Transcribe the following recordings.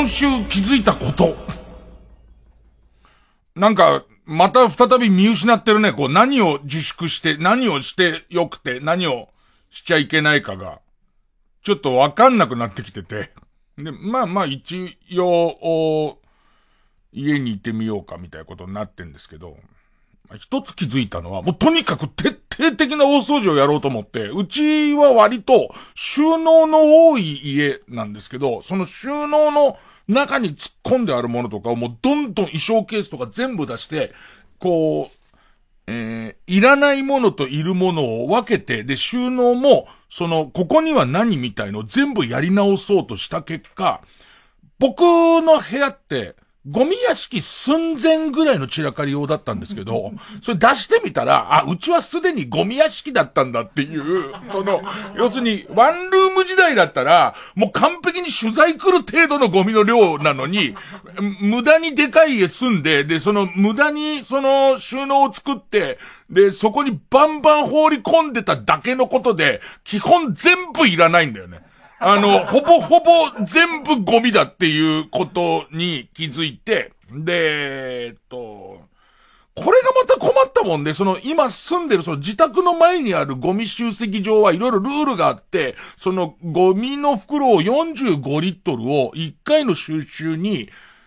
今週気づいたこと。なんか、また再び見失ってるね。こう、何を自粛して、何をしてよくて、何をしちゃいけないかが、ちょっとわかんなくなってきてて。で、まあ一応、家にいてみようかみたいなことになってんですけど、一つ気づいたのは、もうとにかく徹底的な大掃除をやろうと思って、うちは割と収納の多い家なんですけど、その収納の中に突っ込んであるものとかをもうどんどん衣装ケースとか全部出して、こう、いらないものといるものを分けて、で、収納も、ここには何みたいのを全部やり直そうとした結果、僕の部屋って、ゴミ屋敷寸前ぐらいの散らかり用だったんですけど、それ出してみたら、うちはすでにゴミ屋敷だったんだっていう、要するに、ワンルーム時代だったら、もう完璧に取材来る程度のゴミの量なのに、無駄にでかい家住んで、で、無駄に収納を作って、で、そこにバンバン放り込んでただけのことで、基本全部いらないんだよね。ほぼ全部ゴミだっていうことに気づいて、で、これがまた困ったもんで、今住んでる自宅の前にあるゴミ集積場はいろいろルールがあって、ゴミの袋を45リットルを1回の収集に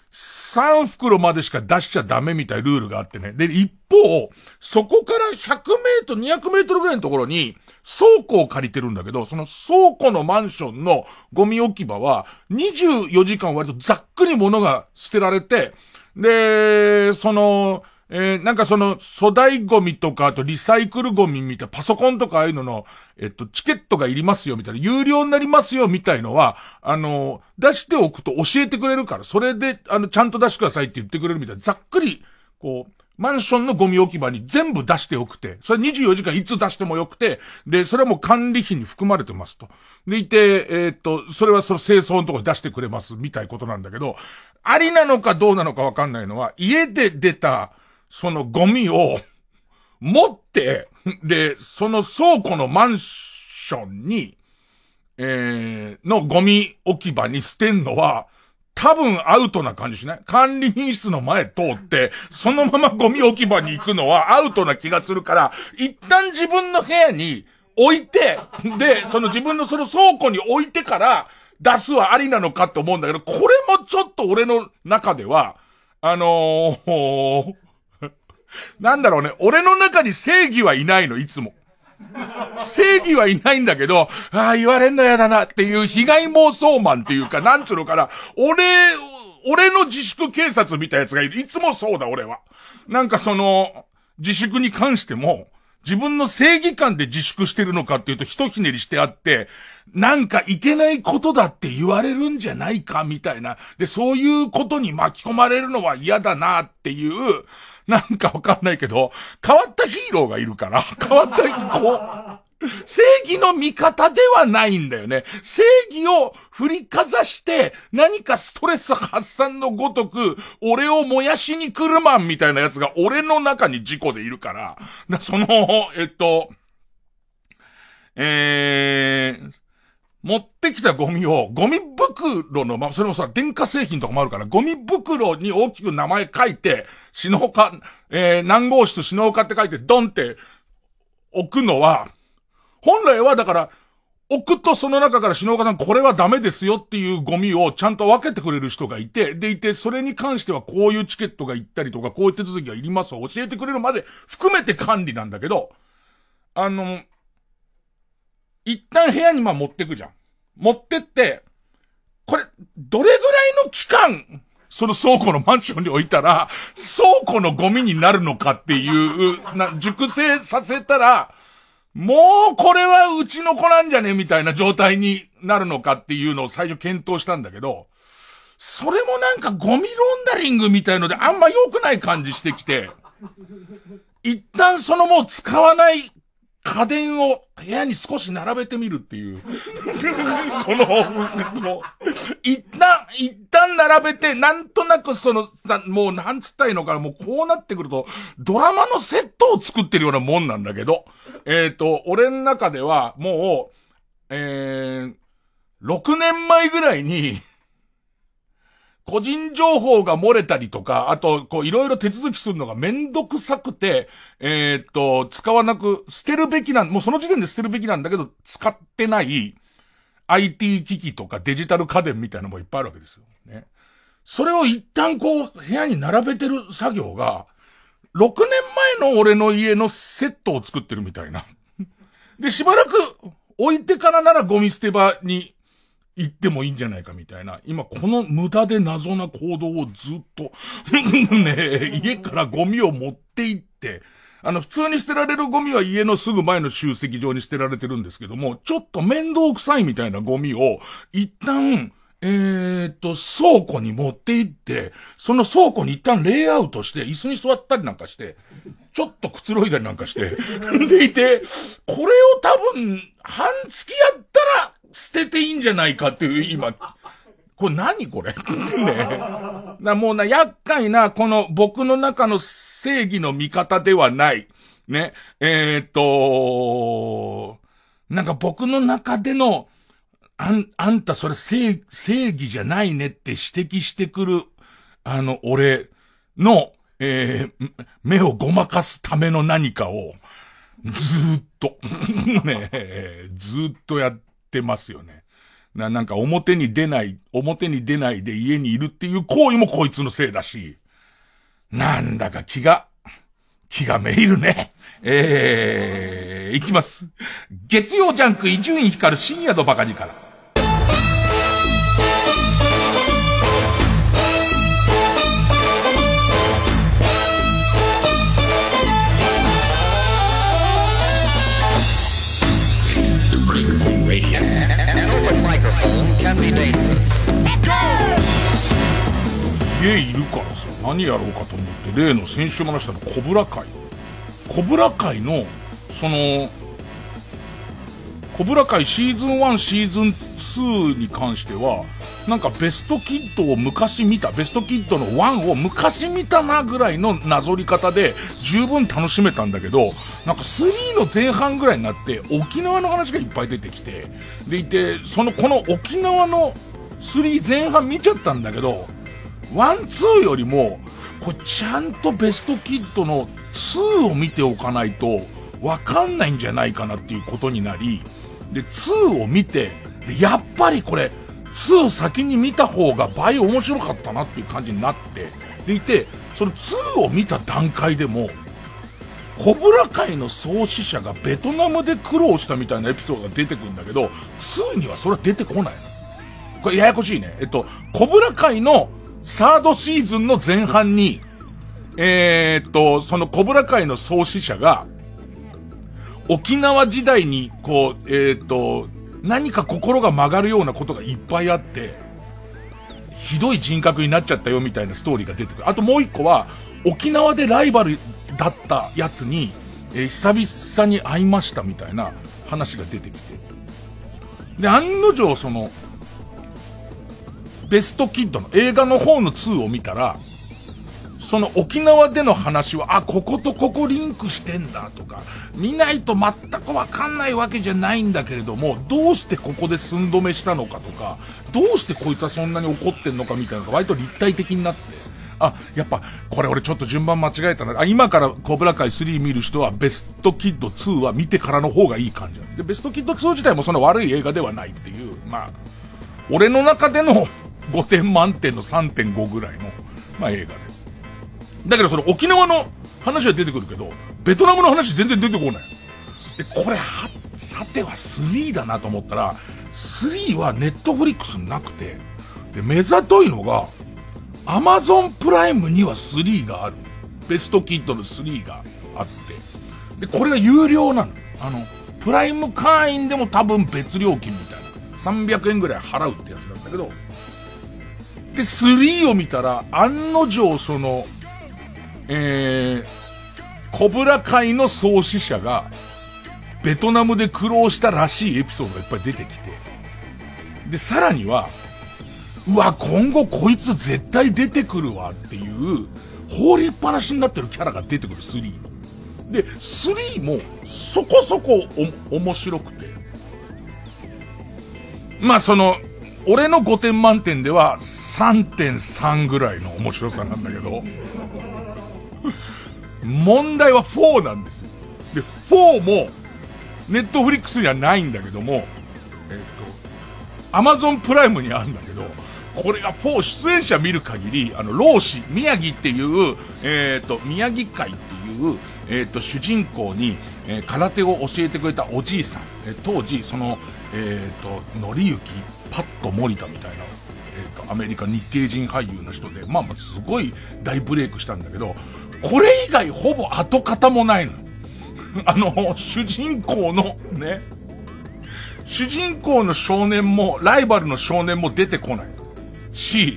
3袋までしか出しちゃダメみたいなルールがあってね。で、一方、そこから100メートル、200メートルぐらいのところに倉庫を借りてるんだけど、その倉庫のマンションのゴミ置き場は24時間割とざっくり物が捨てられて、で、なんか粗大ゴミとか、あとリサイクルゴミみたいな、パソコンとかああいうのの、チケットがいりますよみたいな、有料になりますよみたいのは、出しておくと教えてくれるから、それで、ちゃんと出してくださいって言ってくれるみたいな、ざっくり、こう、マンションのゴミ置き場に全部出しておくて、それ24時間いつ出してもよくて、で、それはもう管理費に含まれてますと。でいて、それは清掃のところに出してくれます、みたいなことなんだけど、ありなのかどうなのかわかんないのは、家で出た、ゴミを持って、で、倉庫のマンションに、のゴミ置き場に捨てんのは、多分アウトな感じしない？管理品室の前通って、そのままゴミ置き場に行くのはアウトな気がするから、一旦自分の部屋に置いて、で、自分の倉庫に置いてから出すはありなのかって思うんだけど、これもちょっと俺の中では、なんだろうね、俺の中に正義はいないの、いつも。正義はいないんだけど、言われんのやだなっていう被害妄想マンっていうか、なんつうのかな、俺の自粛警察みたいなやつがいる。いつもそうだ、俺は。なんか自粛に関しても、自分の正義感で自粛してるのかっていうと、ひとひねりしてあって、なんかいけないことだって言われるんじゃないか、みたいな。で、そういうことに巻き込まれるのは嫌だなっていう、なんかわかんないけど、変わったヒーローがいるから、変わった正義の味方ではないんだよね。正義を振りかざして、何かストレス発散のごとく、俺を燃やしに来るマンみたいなやつが俺の中に事故でいるから、持ってきたゴミを、ゴミ袋の、それもさ、電化製品とかもあるから、ゴミ袋に大きく名前書いて、何号室篠岡って書いて、ドンって置くのは、本来はだから、置くとその中から篠岡さんこれはダメですよっていうゴミをちゃんと分けてくれる人がいて、それに関してはこういうチケットがいったりとか、こういう手続きがいりますを教えてくれるまで含めて管理なんだけど、一旦部屋に持ってくじゃん。持ってって、これ、どれぐらいの期間、その倉庫のマンションに置いたら、倉庫のゴミになるのかっていう、熟成させたら、もうこれはうちの子なんじゃねみたいな状態になるのかっていうのを最初検討したんだけど、それもなんかゴミロンダリングみたいのであんま良くない感じしてきて、一旦もう使わない家電を部屋に少し並べてみるっていう。一旦並べて、なんとなくもうなんつったらいいのかな、もうこうなってくると、ドラマのセットを作ってるようなもんなんだけど、俺の中ではもう、6年前ぐらいに、 個人情報が漏れたりとか、あと、こう、いろいろ手続きするのがめんどくさくて、使わなく、捨てるべきもうその時点で捨てるべきなんだけど、使ってない IT 機器とかデジタル家電みたいなのもいっぱいあるわけですよ。ね。それを一旦こう、部屋に並べてる作業が、6年前の俺の家のセットを作ってるみたいな。で、しばらく置いてからならゴミ捨て場に行ってもいいんじゃないかみたいな。今この無駄で謎な行動をずっと、ね、家からゴミを持って行って、普通に捨てられるゴミは家のすぐ前の集積場に捨てられてるんですけども、ちょっと面倒くさいみたいなゴミを、一旦、倉庫に持って行って、その倉庫に一旦レイアウトして、椅子に座ったりなんかして、ちょっとくつろいだりなんかして、でいて、これを多分、半月やったら捨てていいんじゃないかっていう、今、これ何これね。もうな、厄介な、この僕の中の正義の味方ではない。ね。なんか僕の中での、あんたそれ正義じゃないねって指摘してくる、俺の、目をごまかすための何かを、ずーっと、ね、ずーっとやってますよね。なんか表に出ないで家にいるっていう行為もこいつのせいだし、なんだか気がめいるね。いきます。月曜ジャンク伊集院光る深夜のバカ力。家いるからさ、何やろうかと思って、例の先週も話したのコブラ会の、コブラ会シーズン1、シーズン2に関しては、なんかベストキッドを昔見た、ベストキッドの1を昔見たなぐらいのなぞり方で十分楽しめたんだけど、なんか3の前半ぐらいになって沖縄の話がいっぱい出てきて、でいて、この沖縄の3前半見ちゃったんだけど、1、2よりも、これちゃんとベストキッドの2を見ておかないとわかんないんじゃないかなっていうことになり、で、2を見て、で、やっぱりこれ、2先に見た方が倍面白かったなっていう感じになって、でいて、その2を見た段階でも、コブラ会の創始者がベトナムで苦労したみたいなエピソードが出てくるんだけど、2にはそれは出てこないの。これややこしいね。コブラ会のサードシーズンの前半に、そのコブラ会の創始者が、沖縄時代に、こう、何か心が曲がるようなことがいっぱいあって、ひどい人格になっちゃったよみたいなストーリーが出てくる。あともう一個は、沖縄でライバルだったやつに、久々に会いましたみたいな話が出てきて。で、案の定ベストキッドの映画の方の2を見たら、その沖縄での話は、こことここリンクしてんだとか、見ないと全くわかんないわけじゃないんだけれども、どうしてここで寸止めしたのかとか、どうしてこいつはそんなに怒ってんのかみたいなのが割と立体的になって、やっぱ、これ俺ちょっと順番間違えたな。今からコブラ会3見る人は、ベストキッド2は見てからの方がいい感じなんで、ベストキッド2自体もそんな悪い映画ではないっていう、俺の中での5点満点の 3.5 ぐらいの、映画です。だけどその沖縄の話は出てくるけど、ベトナムの話全然出てこない。で、これさては3だなと思ったら、3はネットフリックスなくて、で、目ざといのが、アマゾンプライムには3がある。ベストキッドの3があって。で、これが有料なの。プライム会員でも多分別料金みたいな。300円ぐらい払うってやつなんだけど。で、3を見たら、案の定コブラ会の創始者が、ベトナムで苦労したらしいエピソードがいっぱい出てきて。で、さらには、今後こいつ絶対出てくるわっていう、放りっぱなしになってるキャラが出てくる3。で、3もそこそこ面白くて。 俺の5点満点では 3.3 ぐらいの面白さなんだけど、問題は4なんですよ。で、4も、ネットフリックスにはないんだけども、アマゾンプライムにあるんだけど、これが4出演者見る限り、老子、宮城っていう、宮城会っていう、主人公に、空手を教えてくれたおじいさん、当時、その、のりゆき、パッと森田みたいな、アメリカ日系人俳優の人で、まあまあすごい大ブレイクしたんだけど、これ以外ほぼ跡形もないの。主人公のね、主人公の少年も、ライバルの少年も出てこないし、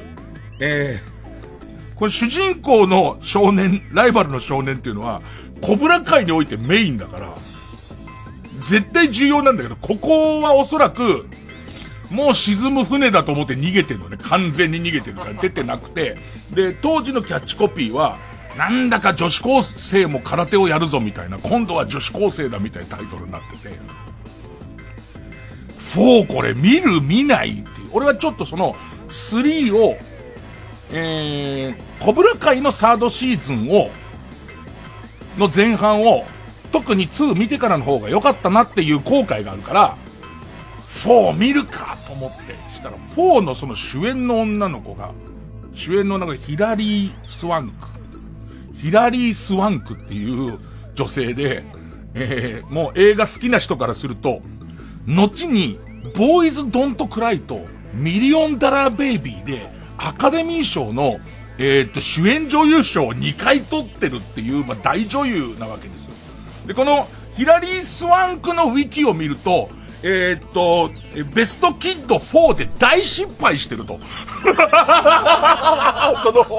これ主人公の少年、ライバルの少年っていうのは、コブラ界においてメインだから、絶対重要なんだけど、ここはおそらく、もう沈む船だと思って逃げてるのね。完全に逃げてるから出てなくて。で、当時のキャッチコピーは、なんだか女子高生も空手をやるぞみたいな、今度は女子高生だみたいなタイトルになってて。4これ見る見ないっていう。俺はちょっとその3を、コブラ界のサードシーズンを、の前半を、特に2見てからの方が良かったなっていう後悔があるから、4見るかと思ってしたら、4のその主演の女の子が、主演の女の子がヒラリー・スワンクっていう女性で、もう映画好きな人からすると、後に、ボーイズ・ドント・クライと、ミリオンダラー・ベイビーで、アカデミー賞の、主演女優賞を2回取ってるっていう、まあ、大女優なわけですよ。で、この、ヒラリー・スワンクのウィキを見ると、ベストキッド4で大失敗してると。その、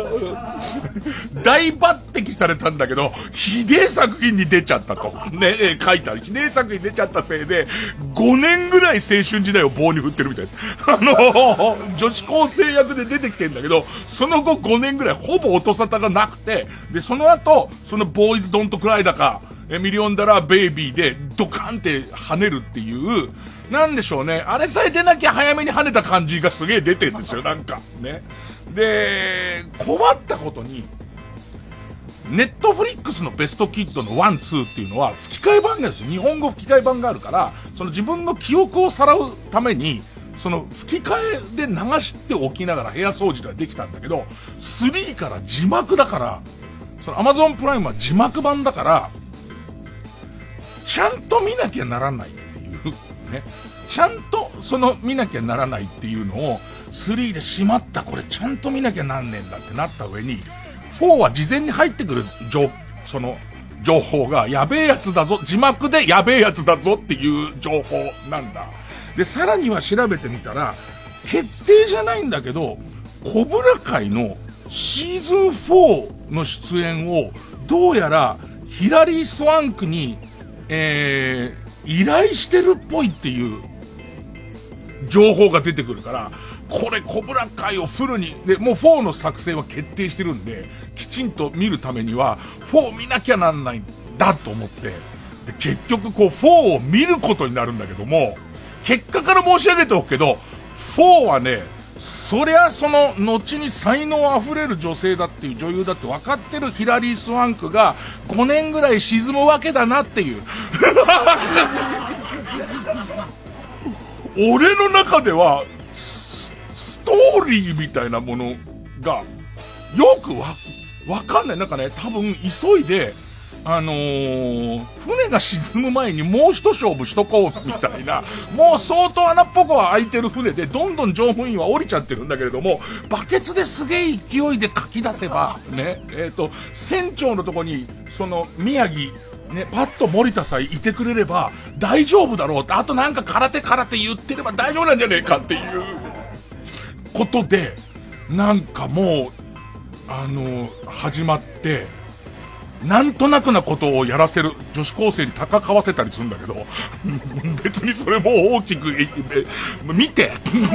大抜擢されたんだけど、ひでえ作品に出ちゃったと。ね、書いてある。ひでえ作品に出ちゃったせいで、5年ぐらい青春時代を棒に振ってるみたいです。女子高生役で出てきてんだけど、その後5年ぐらいほぼ音沙汰がなくて、で、その後、そのボーイズドントクライだか、ミリオンダラーベイビーでドカンって跳ねるっていう、なんでしょうね。あれさえ出なきゃ早めに跳ねた感じがすげえ出てるんですよ、なんか。ね。で、困ったことに、ネットフリックスのベストキッドの1、2っていうのは吹き替え版なんですよ。日本語吹き替え版があるから、その自分の記憶をさらうために、その吹き替えで流しておきながら部屋掃除ができたんだけど、3から字幕だから、その Amazon プライムは字幕版だから、ちゃんと見なきゃならないっていう、ね。ちゃんとその見なきゃならないっていうのを、3でしまった、これちゃんと見なきゃなんねんだってなった上に、4は事前に入ってくるその情報がやべえやつだぞ、字幕でやべえやつだぞっていう情報なんだ。で、さらには調べてみたら、決定じゃないんだけど、コブラ界のシーズン4の出演を、どうやらヒラリー・スワンクに、依頼してるっぽいっていう情報が出てくるから、これコブラ界をフルに、で、もう4の作成は決定してるんで、きちんと見るためには、4見なきゃなんないんだと思って、で結局こう4を見ることになるんだけども、結果から申し上げておくけど、4はね、そりゃその後に才能あふれる女性だっていう女優だって分かってるヒラリー・スワンクが5年ぐらい沈むわけだなっていう俺の中ではストーリーみたいなものがよくわかんない。なんかね、多分急いで船が沈む前にもう一勝負しとこうみたいな、もう相当穴っぽくは空いてる船で、どんどん乗務員は降りちゃってるんだけれども、バケツですげえ勢いで書き出せば、ね、船長のとこに、その、宮城、ね、パッと森田さえいてくれれば大丈夫だろうって、あとなんか空手言ってれば大丈夫なんじゃねえかっていうことで、なんかもう、始まって、なんとなくなことをやらせる女子高生に戦わせたりするんだけど別にそれも大きく見て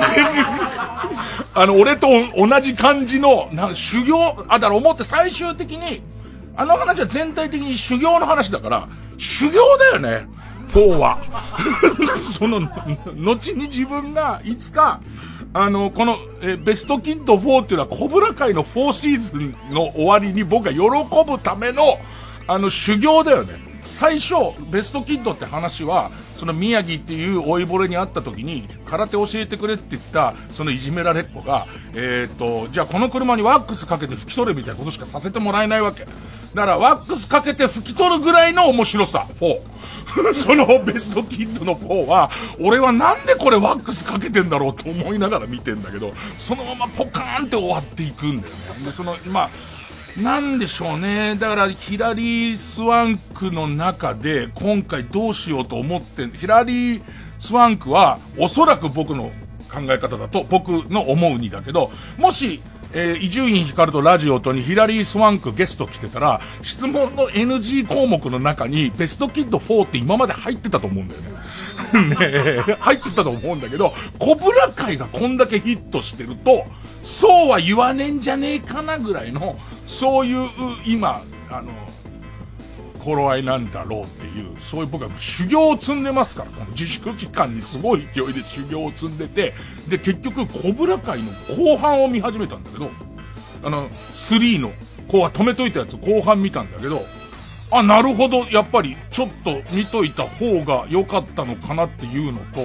俺と同じ感じの修行だから思って、最終的に話は全体的に修行の話だから、修行だよね。 4は。その、後に自分がいつか、この、ベストキッド4っていうのはコブラ界の4シーズンの終わりに僕が喜ぶための、修行だよね。最初、ベストキッドって話は、その宮城っていう老いぼれに会った時に、空手教えてくれって言った、そのいじめられっ子が、じゃあこの車にワックスかけて拭き取れみたいなことしかさせてもらえないわけ。だからワックスかけて拭き取るぐらいの面白さ、4。そのベストキッドの4は、俺はなんでこれワックスかけてんだろうと思いながら見てんだけど、そのままポカーンって終わっていくんだよね。で、その、なんでしょうね。だからヒラリー・スワンクの中で今回どうしようと思ってヒラリー・スワンクはおそらく僕の考え方だと僕の思うにだけど、もし伊集院光とラジオとにヒラリー・スワンクゲスト来てたら、質問の NG 項目の中にベストキッド4って今まで入ってたと思うんだよね。ね、入ってたと思うんだけど、コブラ界がこんだけヒットしてると、そうは言わねえんじゃねえかなぐらいの、そういう今頃合いなんだろうっていう、そういう僕は修行を積んでますから、この自粛期間にすごい勢いで修行を積んでて、で結局コブラ界の後半を見始めたんだけど、3の後半止めといたやつ後半見たんだけど、あ、なるほど、やっぱりちょっと見といた方が良かったのかなっていうのと、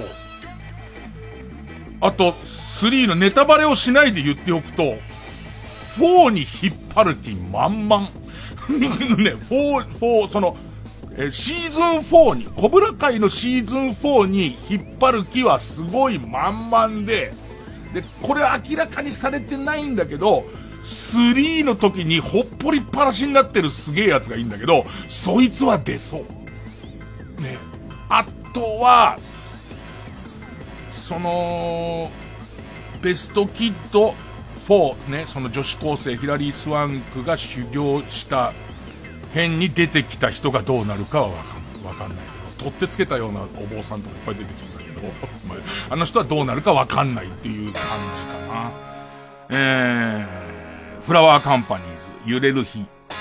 あと3のネタバレをしないで言っておくと、4に引っ張る気満々。ね、4、その、シーズン4に、コブラ界のシーズン4に引っ張る気はすごい満々で、これ明らかにされてないんだけど、3の時にほっぽりっぱなしになってるすげえやつがいいんだけど、そいつは出そう。ね。あとは、その、ベストキッド4ね、その女子高生ヒラリー・スワンクが修行した辺に出てきた人がどうなるかはわかんないけど、取ってつけたようなお坊さんとかいっぱい出てきてたけど、あの人はどうなるかわかんないっていう感じかな。フラワーカンパニーズ、揺れる日。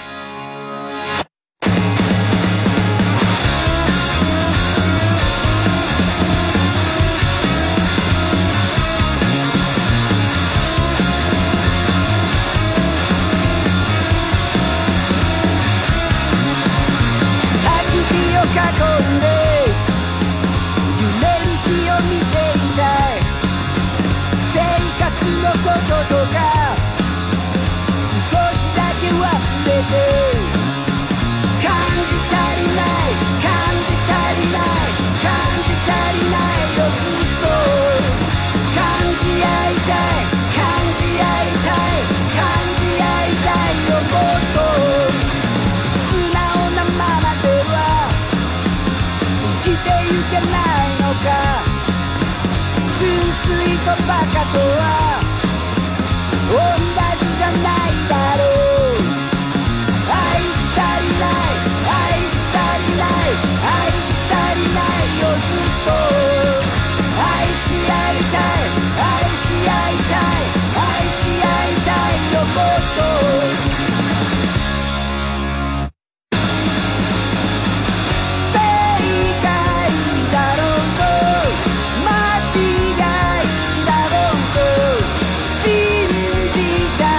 バカとは同じじゃないだろう。愛したりない愛したりない愛したりないよずっと愛し合いたい愛し合いたい愛し合いたいよもっと信じた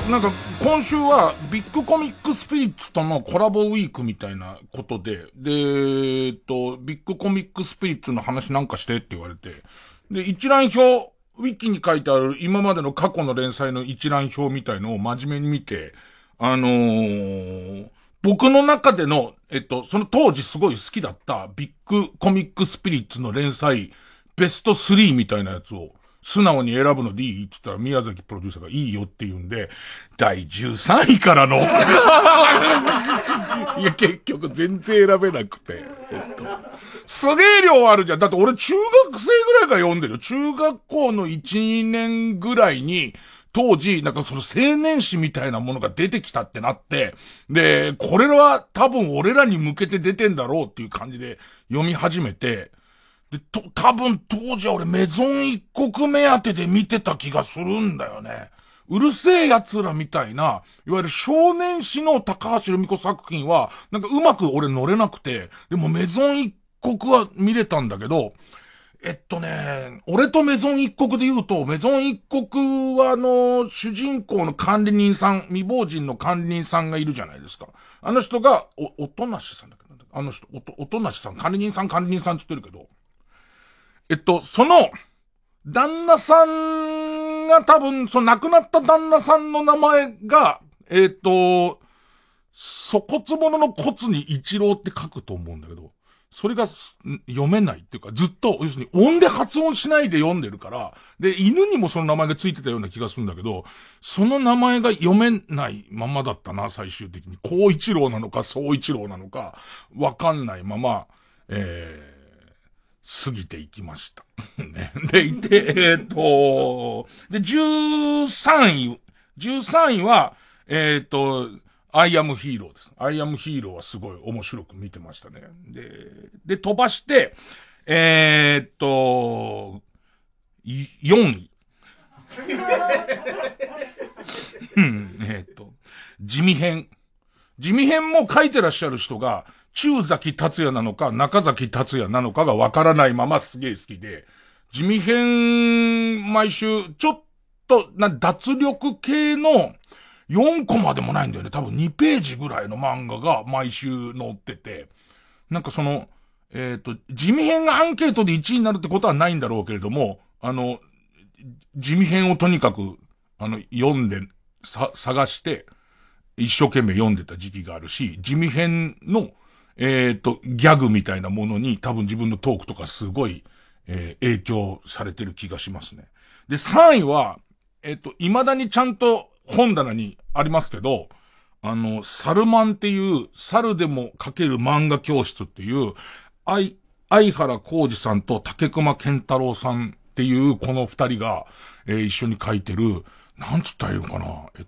なんか、今週は、ビッグコミックスピリッツとのコラボウィークみたいなことで、で、ビッグコミックスピリッツの話なんかしてって言われて、で、一覧表、ウィキに書いてある今までの過去の連載の一覧表みたいのを真面目に見て、僕の中での、その当時すごい好きだったビッグコミックスピリッツの連載、ベスト3みたいなやつを、素直に選ぶのでいいって言ったら宮崎プロデューサーがいいよって言うんで、第13位からの。いや、結局全然選べなくて。すげえ量あるじゃん。だって俺中学生ぐらいから読んでるよ。中学校の1、2年ぐらいに、当時、なんかその青年誌みたいなものが出てきたってなって、で、これは多分俺らに向けて出てんだろうっていう感じで読み始めて、で、多分当時は俺メゾン一国目当てで見てた気がするんだよね。うるせえ奴らみたいな、いわゆる少年誌の高橋留美子作品は、なんかうまく俺乗れなくて、でもメゾン一国は見れたんだけど、俺とメゾン一国で言うと、メゾン一国は主人公の管理人さん、未亡人の管理人さんがいるじゃないですか。あの人が、おとなしさんだけど、あの人、おとなしさん、管理人さんって言ってるけど、その、旦那さんが多分、その亡くなった旦那さんの名前が、粗骨物の骨に一郎って書くと思うんだけど、それが読めないっていうか、ずっと、要するに音で発音しないで読んでるから、で、犬にもその名前がついてたような気がするんだけど、その名前が読めないままだったな、最終的に。孝一郎なのか、宗一郎なのか、わかんないまま、過ぎていきました。ね。で、13位は、アイアムヒーローです。アイアムヒーローはすごい面白く見てましたね。で、飛ばして、4位。地味編。地味編も書いてらっしゃる人が、中崎達也なのか、中崎達也なのかがわからないまますげえ好きで、地味編、毎週、ちょっと、脱力系の4コマでもないんだよね。多分2ページぐらいの漫画が毎週載ってて、なんかその、地味編がアンケートで1位になるってことはないんだろうけれども、地味編をとにかく、読んで、探して、一生懸命読んでた時期があるし、地味編の、ギャグみたいなものに多分自分のトークとかすごい、影響されてる気がしますね。で、3位は、未だにちゃんと本棚にありますけど、サルマンっていう、猿でも描ける漫画教室っていう、相原浩二さんと竹熊健太郎さんっていうこの二人が、一緒に描いてる、なんつったらいいのかな、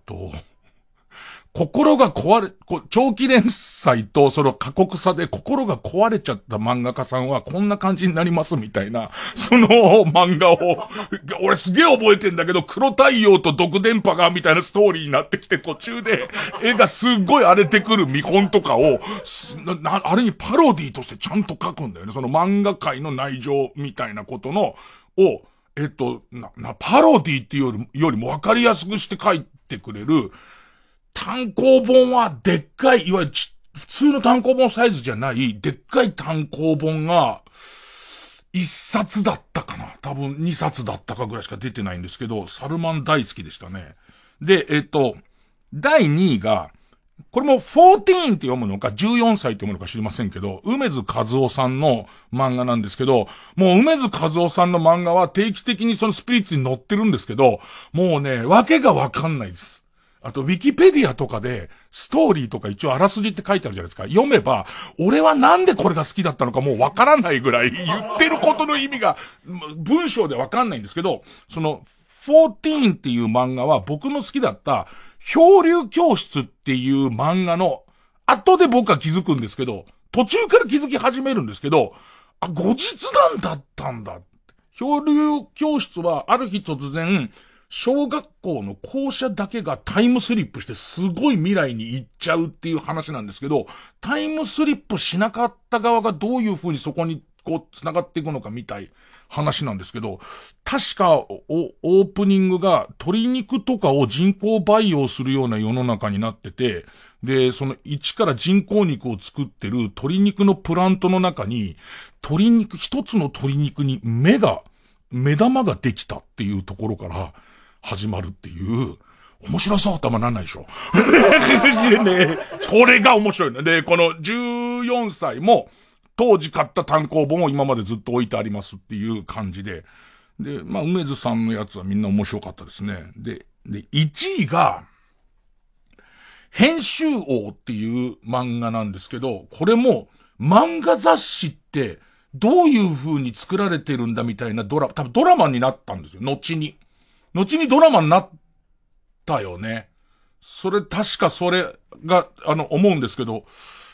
心が長期連載とその過酷さで心が壊れちゃった漫画家さんはこんな感じになりますみたいな、その漫画を、俺すげえ覚えてんだけど、黒太陽と毒電波がみたいなストーリーになってきて途中で絵がすっごい荒れてくる見本とかを、あれにパロディとしてちゃんと描くんだよね。その漫画界の内情みたいなことの、を、パロディっていうよりもわかりやすくして書いてくれる、単行本はでっかい、いわゆる普通の単行本サイズじゃない、でっかい単行本が、1冊だったかな。多分2冊だったかぐらいしか出てないんですけど、サルマン大好きでしたね。で、第2位が、これも14って読むのか14歳って読むのか知りませんけど、梅津和夫さんの漫画なんですけど、もう梅津和夫さんの漫画は定期的にそのスピリッツに載ってるんですけど、もうね、わけがわかんないです。あと、ウィキペディアとかで、ストーリーとか一応あらすじって書いてあるじゃないですか。読めば、俺はなんでこれが好きだったのかもうわからないぐらい、言ってることの意味が、文章でわかんないんですけど、その、14っていう漫画は僕の好きだった、漂流教室っていう漫画の、後で僕は気づくんですけど、途中から気づき始めるんですけど、後日談だったんだ。漂流教室はある日突然、小学校の校舎だけがタイムスリップしてすごい未来に行っちゃうっていう話なんですけど、タイムスリップしなかった側がどういう風にそこにこう繋がっていくのかみたい話なんですけど、確かオープニングが鶏肉とかを人工培養するような世の中になってて、で、その一から人工肉を作ってる鶏肉のプラントの中に、一つの鶏肉に目玉ができたっていうところから始まるっていう、面白そうとはなんないでしょ。ね、それが面白いね。で、この14歳も、当時買った単行本を今までずっと置いてありますっていう感じで。で、梅津さんのやつはみんな面白かったですね。で、1位が、編集王っていう漫画なんですけど、これも漫画雑誌ってどういう風に作られてるんだみたいな多分ドラマになったんですよ。後にドラマになったよね。確かそれが、思うんですけど、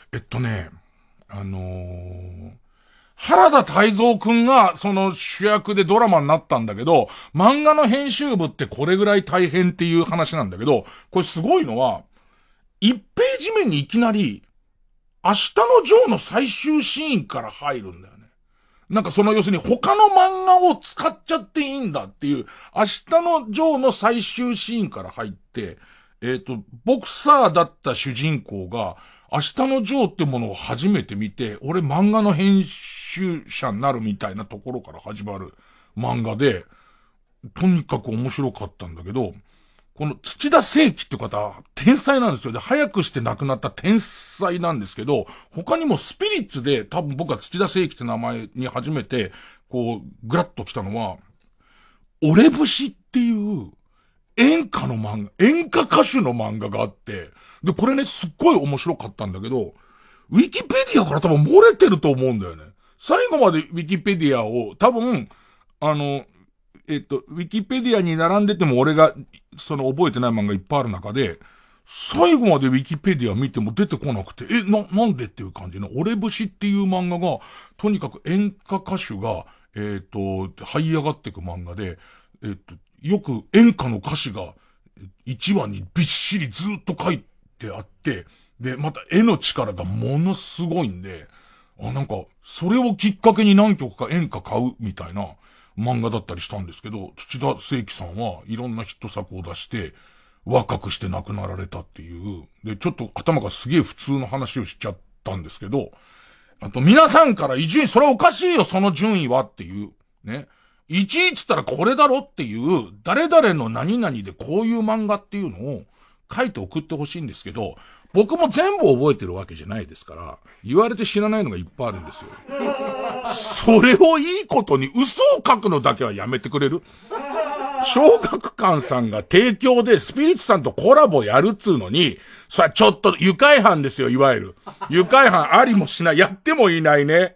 原田泰造くんがその主役でドラマになったんだけど、漫画の編集部ってこれぐらい大変っていう話なんだけど、これすごいのは、1ページ目にいきなり、明日のジョーの最終シーンから入るんだよね。なんか要するに他の漫画を使っちゃっていいんだっていう、明日のジョーの最終シーンから入って、ボクサーだった主人公が、明日のジョーってものを初めて見て、俺漫画の編集者になるみたいなところから始まる漫画で、とにかく面白かったんだけど、この土田聖輝って方、天才なんですよ。で、早くして亡くなった天才なんですけど、他にもスピリッツで多分僕は土田聖輝って名前に初めて、グラッと来たのは、俺節っていう演歌歌手の漫画があって、で、これね、すっごい面白かったんだけど、ウィキペディアから多分漏れてると思うんだよね。最後までウィキペディアを、多分、ウィキペディアに並んでても俺が、覚えてない漫画いっぱいある中で、最後までウィキペディア見ても出てこなくて、なんでっていう感じの、俺節っていう漫画が、とにかく演歌歌手が、這い上がっていく漫画で、よく演歌の歌詞が、1話にびっしりずっと書いてあって、で、また絵の力がものすごいんで、なんか、それをきっかけに何曲か演歌買うみたいな漫画だったりしたんですけど、土田聖輝さんはいろんなヒット作を出して、若くして亡くなられたっていう。で、ちょっと頭がすげえ普通の話をしちゃったんですけど、あと皆さんから伊集院、それおかしいよ、その順位はっていう。ね。1位っつったらこれだろっていう、誰々の何々でこういう漫画っていうのを書いて送ってほしいんですけど、僕も全部覚えてるわけじゃないですから、言われて知らないのがいっぱいあるんですよ。それをいいことに嘘を書くのだけはやめてくれる？小学館さんが提供でスピリッツさんとコラボやるっつうのに、それはちょっと愉快犯ですよ、いわゆる。愉快犯ありもしない、やってもいないね。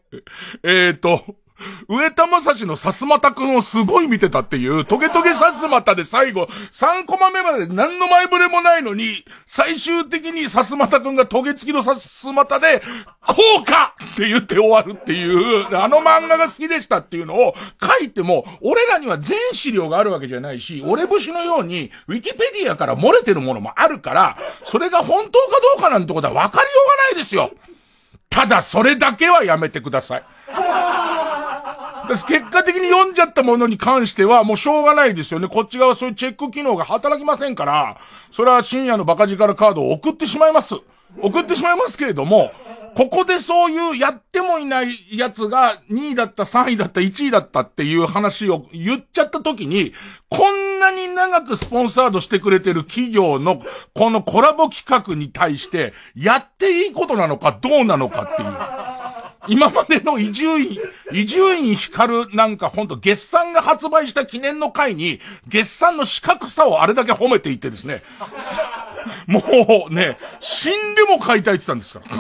上田正史のさすまたくんをすごい見てたっていう、トゲトゲさすまたで最後、3コマ目まで何の前触れもないのに、最終的にさすまたくんがトゲ付きのさすまたで、効果って言って終わるっていう、あの漫画が好きでしたっていうのを書いても、俺らには全資料があるわけじゃないし、俺節のように、ウィキペディアから漏れてるものもあるから、それが本当かどうかなんてことは分かりようがないですよ。ただそれだけはやめてください。結果的に読んじゃったものに関してはもうしょうがないですよね。こっち側そういうチェック機能が働きませんから、それは深夜のバカ力カードを送ってしまいますけれども、ここでそういうやってもいないやつが2位だった、3位だった、1位だったっていう話を言っちゃった時に、こんなに長くスポンサードしてくれてる企業のこのコラボ企画に対してやっていいことなのかどうなのかっていう。今までの伊集院光なんかほんと月産が発売した記念の回に月産の四角さをあれだけ褒めていってですね、もうね、死んでも買いたいって言ったんですから、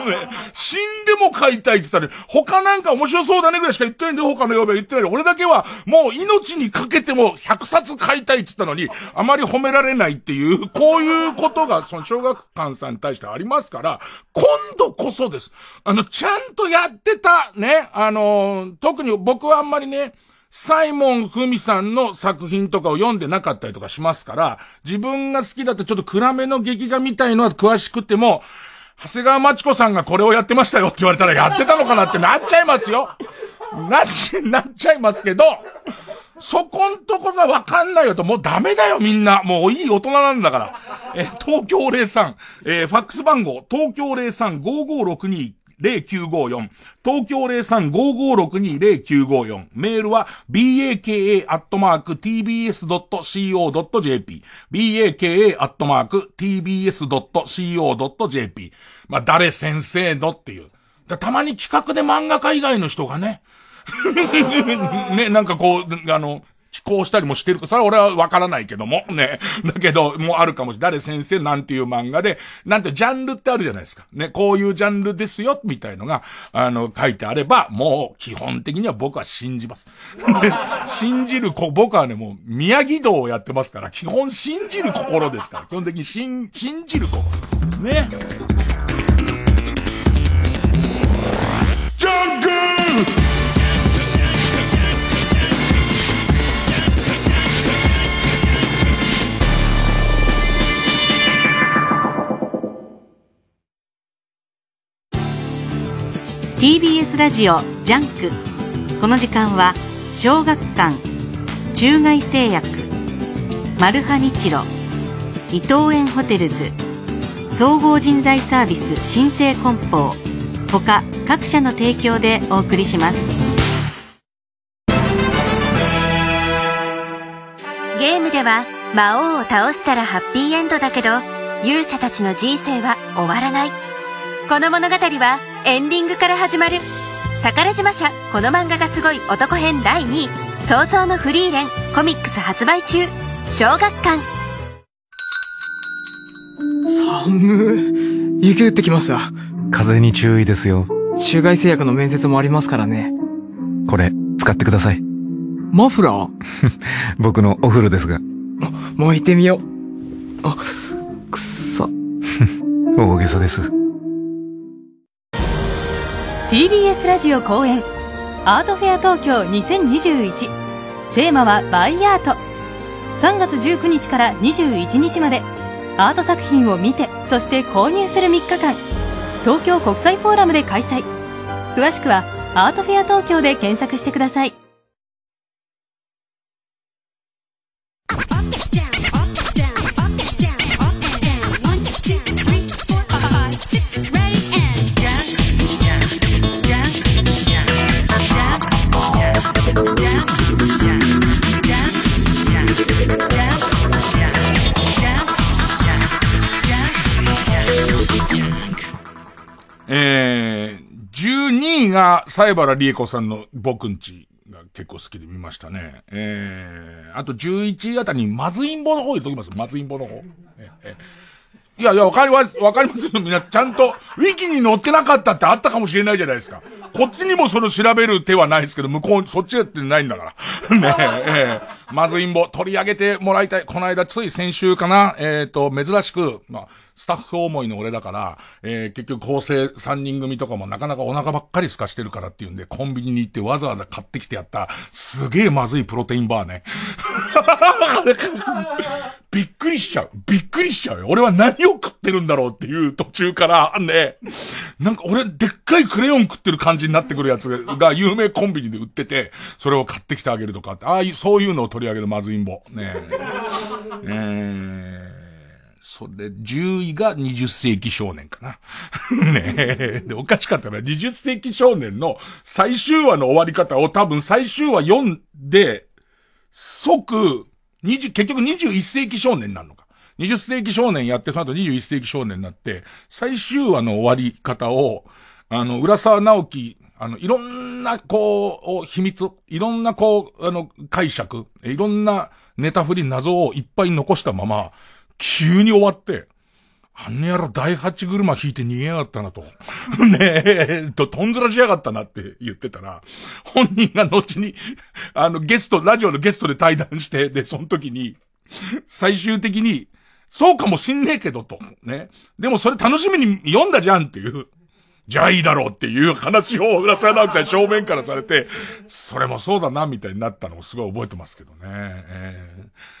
ね、死んでも買いたいって言ったら、他なんか面白そうだねぐらいしか言ってないんで、他の曜日は言ってない。俺だけはもう命にかけても100冊買いたいって言ったのに、あまり褒められないっていう、こういうことがその小学館さんに対してありますから、今度こそです。ちゃんとやってた、ね、特に僕はあんまりね、サイモン・フミさんの作品とかを読んでなかったりとかしますから、自分が好きだったちょっと暗めの劇画みたいのは詳しくても、 長谷川町子さんがこれをやってましたよって言われたらやってたのかなってなっちゃいますよ。なっちゃいますけど、そこんとこがわかんないよと、もうダメだよみんな。もういい大人なんだから。東京03、ファックス番号、東京03-5562-0954、東京03-5562-0954、メールは baka@tbs.co.jp、baka@tbs.co.jp。まあ、誰先生のっていう。たまに企画で漫画家以外の人がね、ね、なんかこう、寄稿したりもしてるか、それは俺はわからないけども、ね。だけど、もうあるかもしれない。誰先生なんていう漫画で、なんてジャンルってあるじゃないですか。ね、こういうジャンルですよ、みたいのが、書いてあれば、もう、基本的には僕は信じます。信じる僕はね、もう、宮城道をやってますから、基本信じる心ですから。基本的に信じる心。ね。ジャンク TBS ラジオジャンク。この時間は小学館、中外製薬、マルハニチロ、伊東園ホテルズ、総合人材サービス新生梱包他各社の提供でお送りします。 ゲームでは魔王を倒したらハッピーエンドだけど、勇者たちの人生は終わらない。この物語はエンディングから始まる。宝島社この漫画がすごい男編第2位、早々のフリーレンコミックス発売中。小学館。 寒い。雪降ってきました。 風に注意ですよ。 中外製薬の面接もありますからね。 これ使ってください。 マフラー僕のお風呂ですが。 巻いてみよう。あ、くっさ。 大げさです。 TBS ラジオ公演アートフェア東京2021。テーマはバイアート。3月19日から21日までアート作品を見て、そして購入する3日間、東京国際フォーラムで開催。詳しくはアートフェア東京で検索してください。 12位が、西原理恵子さんの僕んちが結構好きで見ましたね。あと11位あたりに、まずいんぼの方言っときます。まずいんぼの方。いや、わかりますよ。みんな、ちゃんと、ウィキに載ってなかったってあったかもしれないじゃないですか。こっちにもそれを調べる手はないですけど、向こう、そっちやってないんだから。ねまずいんぼ、取り上げてもらいたい。この間、つい先週かな。珍しく、スタッフ思いの俺だから、結局構成3人組とかもなかなかお腹ばっかり透かしてるからっていうんで、コンビニに行ってわざわざ買ってきてやった、すげえまずいプロテインバーね。びっくりしちゃうよ。俺は何を食ってるんだろうっていう途中からね、なんか俺でっかいクレヨン食ってる感じになってくるやつが有名コンビニで売ってて、それを買ってきてあげるとかって、そういうのを取り上げるまずいんぼ。ねそれ、10位が20世紀少年かな。ねで、おかしかったら20世紀少年の最終話の終わり方を多分最終話読んで、結局21世紀少年になるのか。20世紀少年やって、その後21世紀少年になって、最終話の終わり方を、浦沢直樹、いろんな、秘密、いろんな、解釈、いろんなネタ振り謎をいっぱい残したまま、急に終わって、あんやら第8車引いて逃げやがったなと。ねとんずらしやがったなって言ってたら、本人が後に、ラジオのゲストで対談して、で、その時に、最終的に、そうかもしんねえけどと。ね。でもそれ楽しみに読んだじゃんっていう。じゃあいいだろうっていう話を浦沢直樹さん正面からされて、それもそうだなみたいになったのをすごい覚えてますけどね。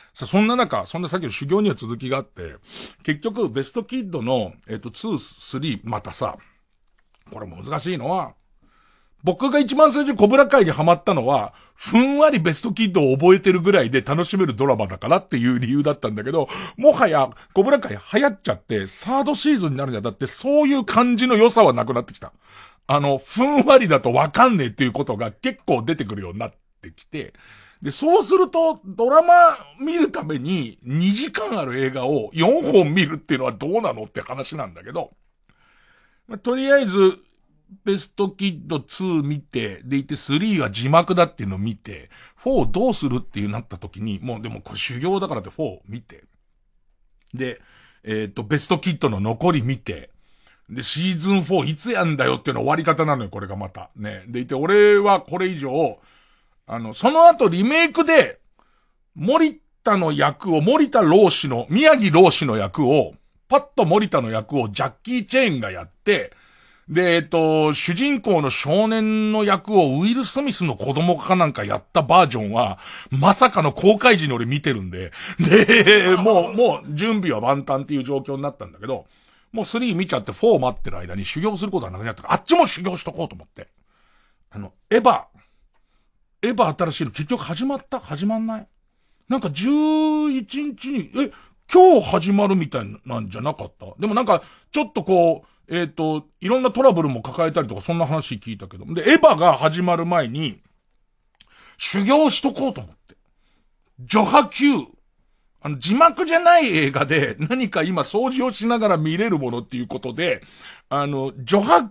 そんな中、そんなさっきの修行には続きがあって、結局、ベストキッドの、2、3、またさ、これも難しいのは、僕が一番最初にコブラ会にハマったのは、ふんわりベストキッドを覚えてるぐらいで楽しめるドラマだからっていう理由だったんだけど、もはやコブラ会流行っちゃって、サードシーズンになるにあたってそういう感じの良さはなくなってきた。ふんわりだとわかんねえっていうことが結構出てくるようになってきて、で、そうすると、ドラマ見るために2時間ある映画を4本見るっていうのはどうなのって話なんだけど、とりあえず、ベストキッド2見て、でいて3は字幕だっていうのを見て、4どうするっていうなった時に、もうでもこれ修行だからって4見て、で、ベストキッドの残り見て、で、シーズン4いつやんだよっていうの終わり方なのよ、これがまた。ね。でいて、俺はこれ以上、その後リメイクで、森田老師の、宮城老師の役を、パッと森田の役をジャッキー・チェーンがやって、で、主人公の少年の役をウィル・スミスの子供かなんかやったバージョンは、まさかの公開時に俺見てるんで、で、もう、準備は万端っていう状況になったんだけど、もう3見ちゃって4待ってる間に修行することはなくなったから、あっちも修行しとこうと思って。エヴァ新しいの結局始まんないなんか11日に、今日始まるみたいなんじゃなかったでもなんか、ちょっとこう、いろんなトラブルも抱えたりとかそんな話聞いたけど。で、エヴァが始まる前に、修行しとこうと思って。ジョハ Q。字幕じゃない映画で何か今掃除をしながら見れるものっていうことで、ジョハ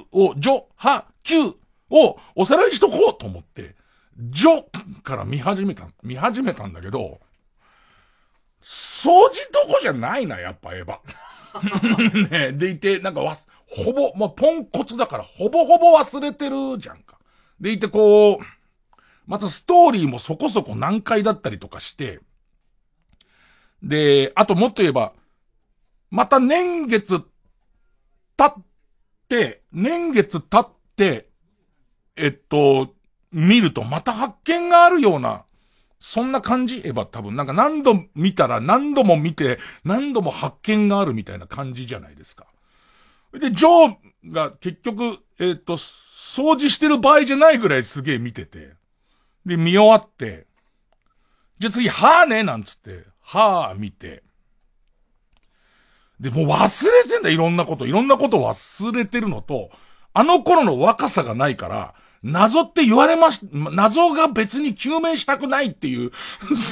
Q をおさらいしとこうと思って、ジョから見始めたんだけど、掃除とこじゃないな、やっぱエヴァ。ねでいて、なんかほぼ、ポンコツだからほぼ忘れてるじゃんか。でいてこう、またストーリーもそこそこ難解だったりとかして、で、あともっと言えば、また年月経って、見るとまた発見があるような、そんな感じエヴァ多分なんか何度見たら何度も見て何度も発見があるみたいな感じじゃないですか。で、ジョーが結局、掃除してる場合じゃないぐらいすげえ見てて。で、見終わって、じゃあ次、はぁねなんつって、はぁ見て。で、もう忘れてんだ、いろんなこと忘れてるのと、あの頃の若さがないから、謎って言われ謎が別に究明したくないっていう、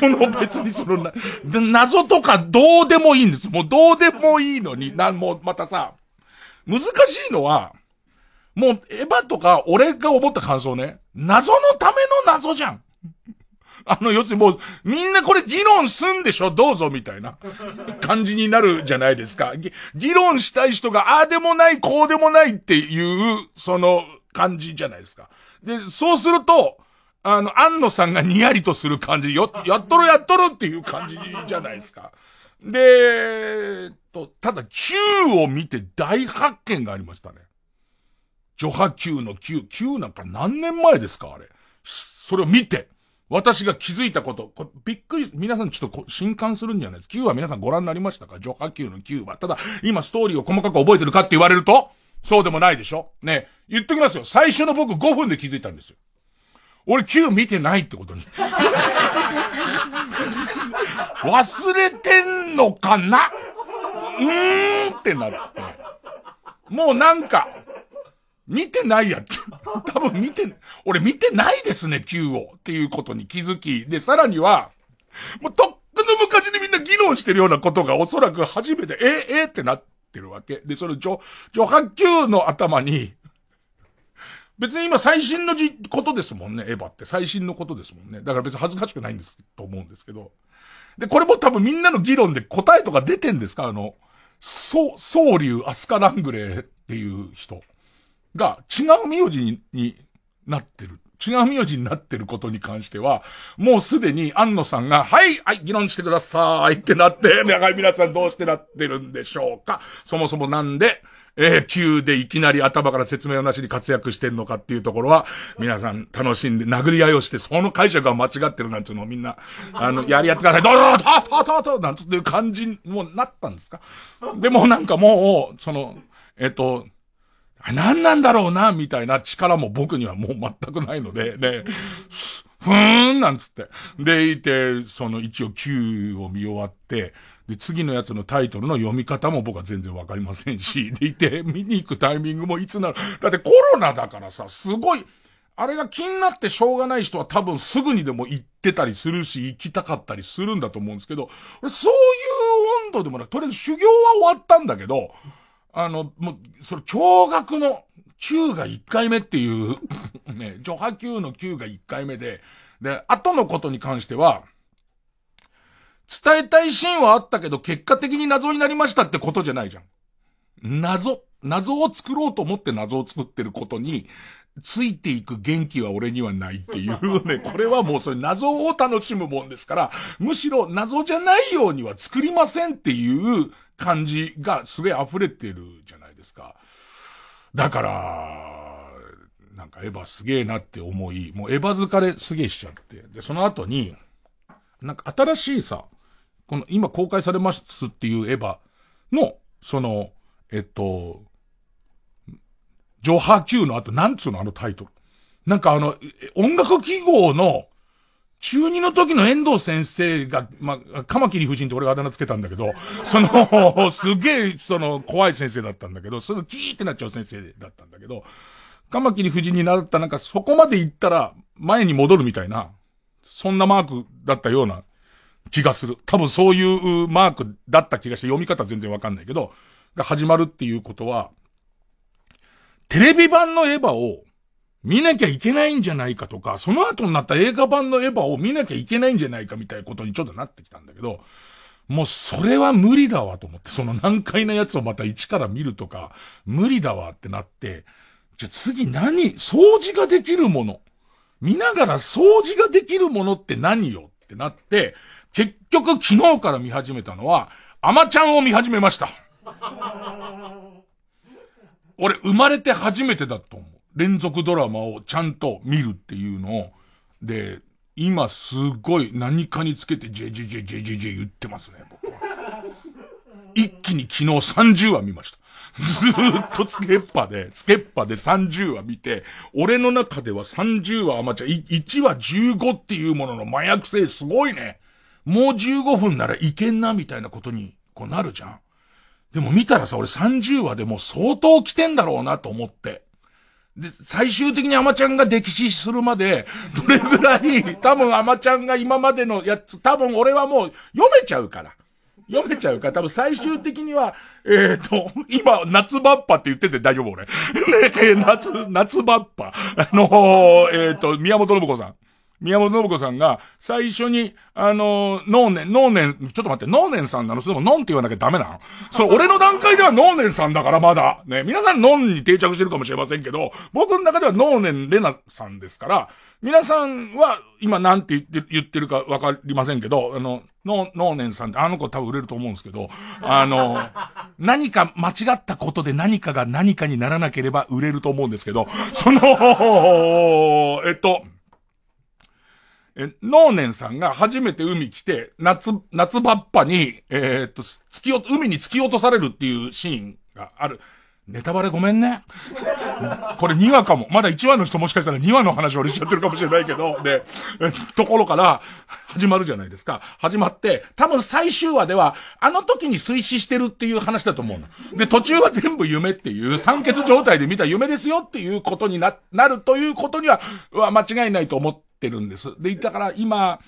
謎とかどうでもいいんです。もうどうでもいいのに、もうまたさ、難しいのは、もうエヴァとか俺が思った感想ね、謎のための謎じゃん。要するにもう、みんなこれ議論すんでしょどうぞみたいな感じになるじゃないですか。議論したい人が、ああでもない、こうでもないっていう、その感じじゃないですか。で、そうすると、安野さんがにやりとする感じ、やっとるっていう感じじゃないですか。で、ただ Q を見て大発見がありましたね。ジョハ Q の Q なんか何年前ですかあれ。それを見て。私が気づいたこと、びっくり、皆さんちょっと震撼するんじゃないですか。Q は皆さんご覧になりましたかジョハ Q の Q は。ただ、今ストーリーを細かく覚えてるかって言われると、そうでもないでしょね言っときますよ。最初の僕5分で気づいたんですよ。俺 Q 見てないってことに。忘れてんのかなってなる。もうなんか、見てないやつ。多分俺見てないですね、Q を。っていうことに気づき。で、さらには、もうとっくの昔にみんな議論してるようなことがおそらく初めて、ってなってるわけ。で、そのジョハ Q の頭に、別に今最新のことですもんね、エヴァって最新のことですもんね。だから別に恥ずかしくないんですと思うんですけど。で、これも多分みんなの議論で答えとか出てんですか宗龍アスカラングレーっていう人が違う名字になってるっ違う名字になってることに関しては、もうすでに安野さんが、はい、議論してくださいってなって、皆さんどうしてなってるんでしょうか。そもそもなんで、Q でいきなり頭から説明をなしに活躍してんのかっていうところは、皆さん楽しんで殴り合いをして、その解釈が間違ってるなんつうのをみんな、やってください。どうぞなんつっていう感じにもなったんですか。でもなんかもう、何なんだろうな、みたいな力も僕にはもう全くないので、ふーんなんつって。でいて、一応 Q を見終わって、で、次のやつのタイトルの読み方も僕は全然わかりませんし、でいて、見に行くタイミングもいつなる。だってコロナだからさ、すごい、あれが気になってしょうがない人は多分すぐにでも行ってたりするし、行きたかったりするんだと思うんですけど、そういう温度でもなく、とりあえず修行は終わったんだけど、もう、驚愕の9が1回目っていう、ね、序波9の9が1回目で、で、後のことに関しては、伝えたいシーンはあったけど、結果的に謎になりましたってことじゃないじゃん。謎を作ろうと思って謎を作ってることに、ついていく元気は俺にはないっていうね、これはもうそれ謎を楽しむもんですから、むしろ謎じゃないようには作りませんっていう感じがすげえ溢れてるじゃないですか。だから、なんかエヴァすげえなって思い、もうエヴァ疲れすげえしちゃって。で、その後に、なんか新しいさ、この今公開されますっていうエヴァの、上波級の後、なんつうのあのタイトル。なんか音楽記号の、中2の時の遠藤先生が、カマキリ夫人って俺があだ名つけたんだけど、すげえ、怖い先生だったんだけど、すぐキーってなっちゃう先生だったんだけど、カマキリ夫人になったなんかそこまで行ったら前に戻るみたいな、そんなマークだったような気がする。多分そういうマークだった気がして読み方全然わかんないけど、が始まるっていうことは、テレビ版のエヴァを見なきゃいけないんじゃないかとか、その後になった映画版のエヴァを見なきゃいけないんじゃないかみたいなことにちょっとなってきたんだけど、もうそれは無理だわと思って、その難解なやつをまた一から見るとか、無理だわってなって、じゃあ次掃除ができるもの。見ながら掃除ができるものって何よってなって、結局昨日から見始めたのは、アマちゃんを見始めました。俺生まれて初めてだと思う。連続ドラマをちゃんと見るっていうのを、で、今すごい何かにつけて JJJJJ 言ってますね、僕は。一気に昨日30話見ました。ずーっとつけっぱで30話見て、俺の中では30話1話15っていうものの麻薬性すごいね。もう15分ならいけんなみたいなことにこうなるじゃん。でも見たらさ、俺30話でもう相当来てんだろうなと思って。で、最終的にアマちゃんが溺死するまで、どれぐらい、多分アマちゃんが今までのやつ、多分俺はもう読めちゃうから、多分最終的には、今、夏バッパって言ってて大丈夫俺。夏バッパ。宮本信子さん。宮本信子さんが、最初に、能年、ちょっと待って、能年さんなの？それとも、ノンって言わなきゃダメなの？俺の段階では能年さんだからまだ。ね、皆さんノンに定着してるかもしれませんけど、僕の中では能年レナさんですから、皆さんは、今なんて言ってるかわかりませんけど、能年さんって、あの子多分売れると思うんですけど、何か間違ったことで何かが何かにならなければ売れると思うんですけど、能年さんが初めて海来て、夏バッパに、海に突き落とされるっていうシーンがある。ネタバレごめんね。これ2話かも。まだ1話の人もしかしたら2話の話を俺しちゃってるかもしれないけど、で、ところから始まるじゃないですか。始まって、多分最終話では、あの時に推死してるっていう話だと思うの。で、途中は全部夢っていう、酸欠状態で見た夢ですよっていうことになるということには、間違いないと思ってるんです。で、だから今、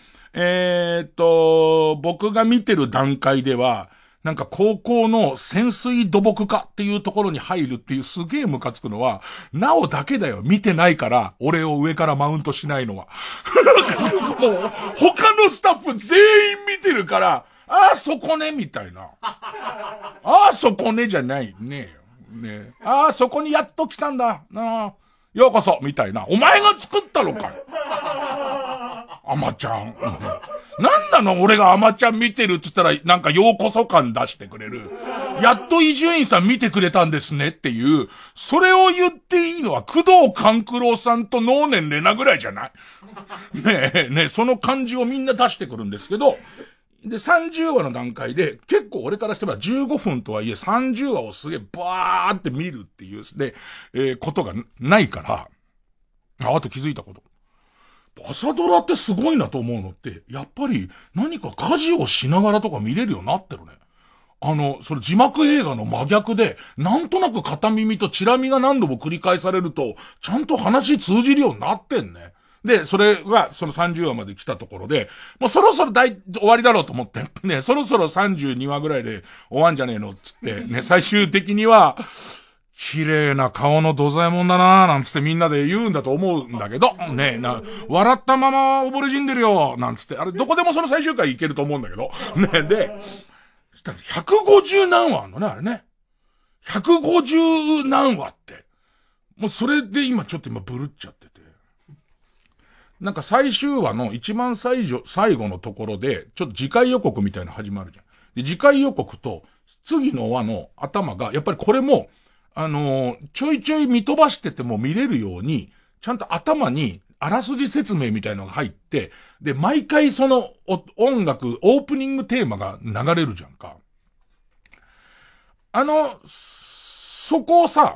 僕が見てる段階では、なんか高校の潜水土木科っていうところに入るっていうすげえムカつくのは、なおだけだよ。見てないから、俺を上からマウントしないのは。もう、他のスタッフ全員見てるから、ああ、そこね、みたいな。ああ、そこね、じゃないね。ねああ、そこにやっと来たんだ。 ようこそみたいな。お前が作ったのかよ。アマちゃん。なんなの俺がアマちゃん見てるっつったら、なんかようこそ感出してくれる。やっと伊集院さん見てくれたんですねっていう、それを言っていいのは工藤官九郎さんと能年玲奈ぐらいじゃないねえ、その感じをみんな出してくるんですけど、で、30話の段階で、結構俺からしては15分とはいえ30話をすげえバーって見るっていう、で、ことがないから、あと気づいたこと。朝ドラってすごいなと思うのって、やっぱり何か家事をしながらとか見れるようになってるね。それ字幕映画の真逆で、なんとなく片耳とチラ見が何度も繰り返されると、ちゃんと話通じるようになってんね。で、それがその30話まで来たところで、もうそろそろ終わりだろうと思って、ね、そろそろ32話ぐらいで終わんじゃねえのっつって、ね、最終的には、綺麗な顔の土左衛門だなーなんつってみんなで言うんだと思うんだけど、ね、笑ったまま溺れ死んでるよなんつって、あれどこでもその最終回いけると思うんだけど、ね、で、したら150何話あんのね、あれね。150何話って。もうそれで今ブルっちゃってて。なんか最終話の一番最後のところで、ちょっと次回予告みたいなの始まるじゃん。で、次回予告と次の話の頭が、やっぱりこれも、ちょいちょい見飛ばしてても見れるように、ちゃんと頭にあらすじ説明みたいなのが入って、で、毎回その音楽、オープニングテーマが流れるじゃんか。そこをさ、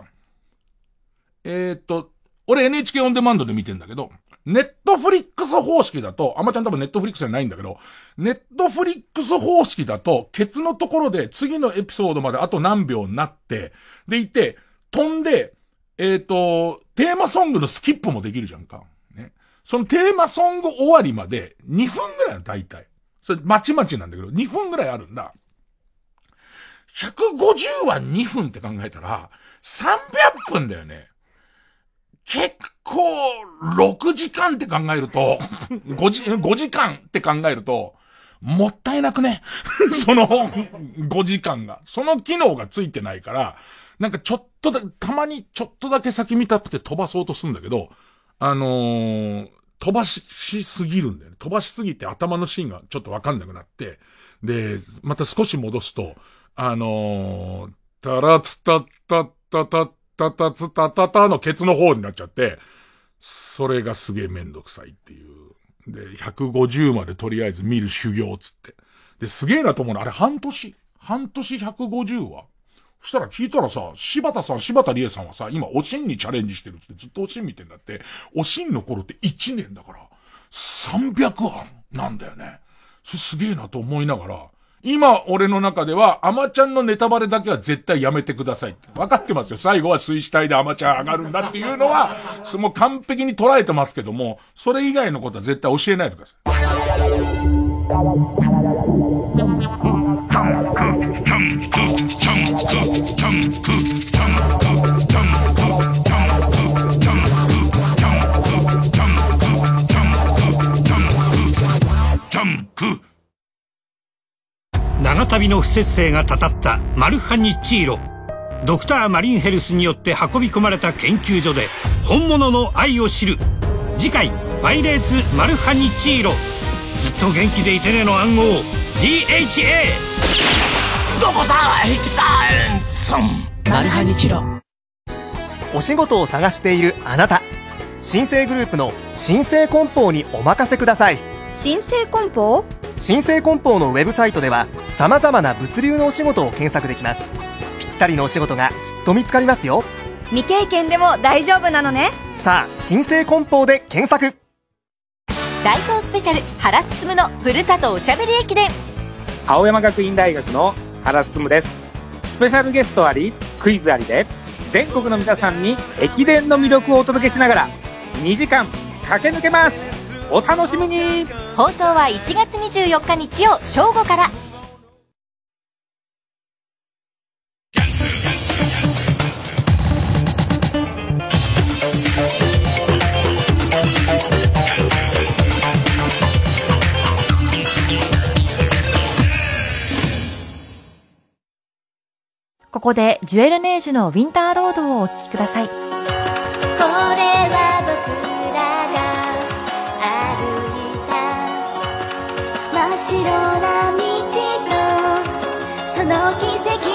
俺 NHK オンデマンドで見てんだけど、ネットフリックス方式だと、あんまちゃん多分ネットフリックスじゃないんだけど、ネットフリックス方式だと、ケツのところで次のエピソードまであと何秒になって、でいて、飛んで、テーマソングのスキップもできるじゃんか。ね。そのテーマソング終わりまで2分ぐらいの大体。それまちまちなんだけど、2分ぐらいあるんだ。150話2分って考えたら、300分だよね。結構、6時間って考えると、5時間って考えると、もったいなくね。その5時間が。その機能がついてないから、なんかたまにちょっとだけ先見たくて飛ばそうとするんだけど、飛ばしすぎるんだよね。飛ばしすぎて頭のシーンがちょっとわかんなくなって、で、また少し戻すと、タラツタッタッタタッタタツタタタのケツの方になっちゃって、それがすげえめんどくさいっていう。で、150までとりあえず見る修行つって。で、すげえなと思うの。あれ半年150話そしたら聞いたらさ、柴田理恵さんはさ、今おしんにチャレンジしてるってずっとおしん見てんだって、おしんの頃って1年だから、300話なんだよね。それすげえなと思いながら、今、俺の中では、アマちゃんのネタバレだけは絶対やめてくださいって。分かってますよ。最後は水死体でアマちゃん上がるんだっていうのは、もう完璧に捉えてますけども、それ以外のことは絶対教えないでください。 長旅の不摂生がたたったマルハニチーロ。ドクターマリンヘルスによって運び込まれた研究所で本物の愛を知る。次回パイレーツマルハニチーロ。ずっと元気でいてねの暗号 DHA。 どこさん H さんマルハニチロ。 お仕事を探しているあなた、新生グループの新生梱包にお任せください。 新生梱包？ 新生梱包のウェブサイトでは様々な物流のお仕事を検索できます。ぴったりのお仕事がきっと見つかりますよ。 未経験でも大丈夫なのね。 さあ、新生梱包で検索。 ダイソースペシャル原進のふるさとおしゃべり駅伝。 青山学院大学の原進です。スペシャルゲストありクイズありで全国の皆さんに駅伝の魅力をお届けしながら2時間駆け抜けます。お楽しみに。 放送は1月24日日曜正午から。 ここでジュエルネージュのウィンターロードをお聴きください。 これ白な道とその奇跡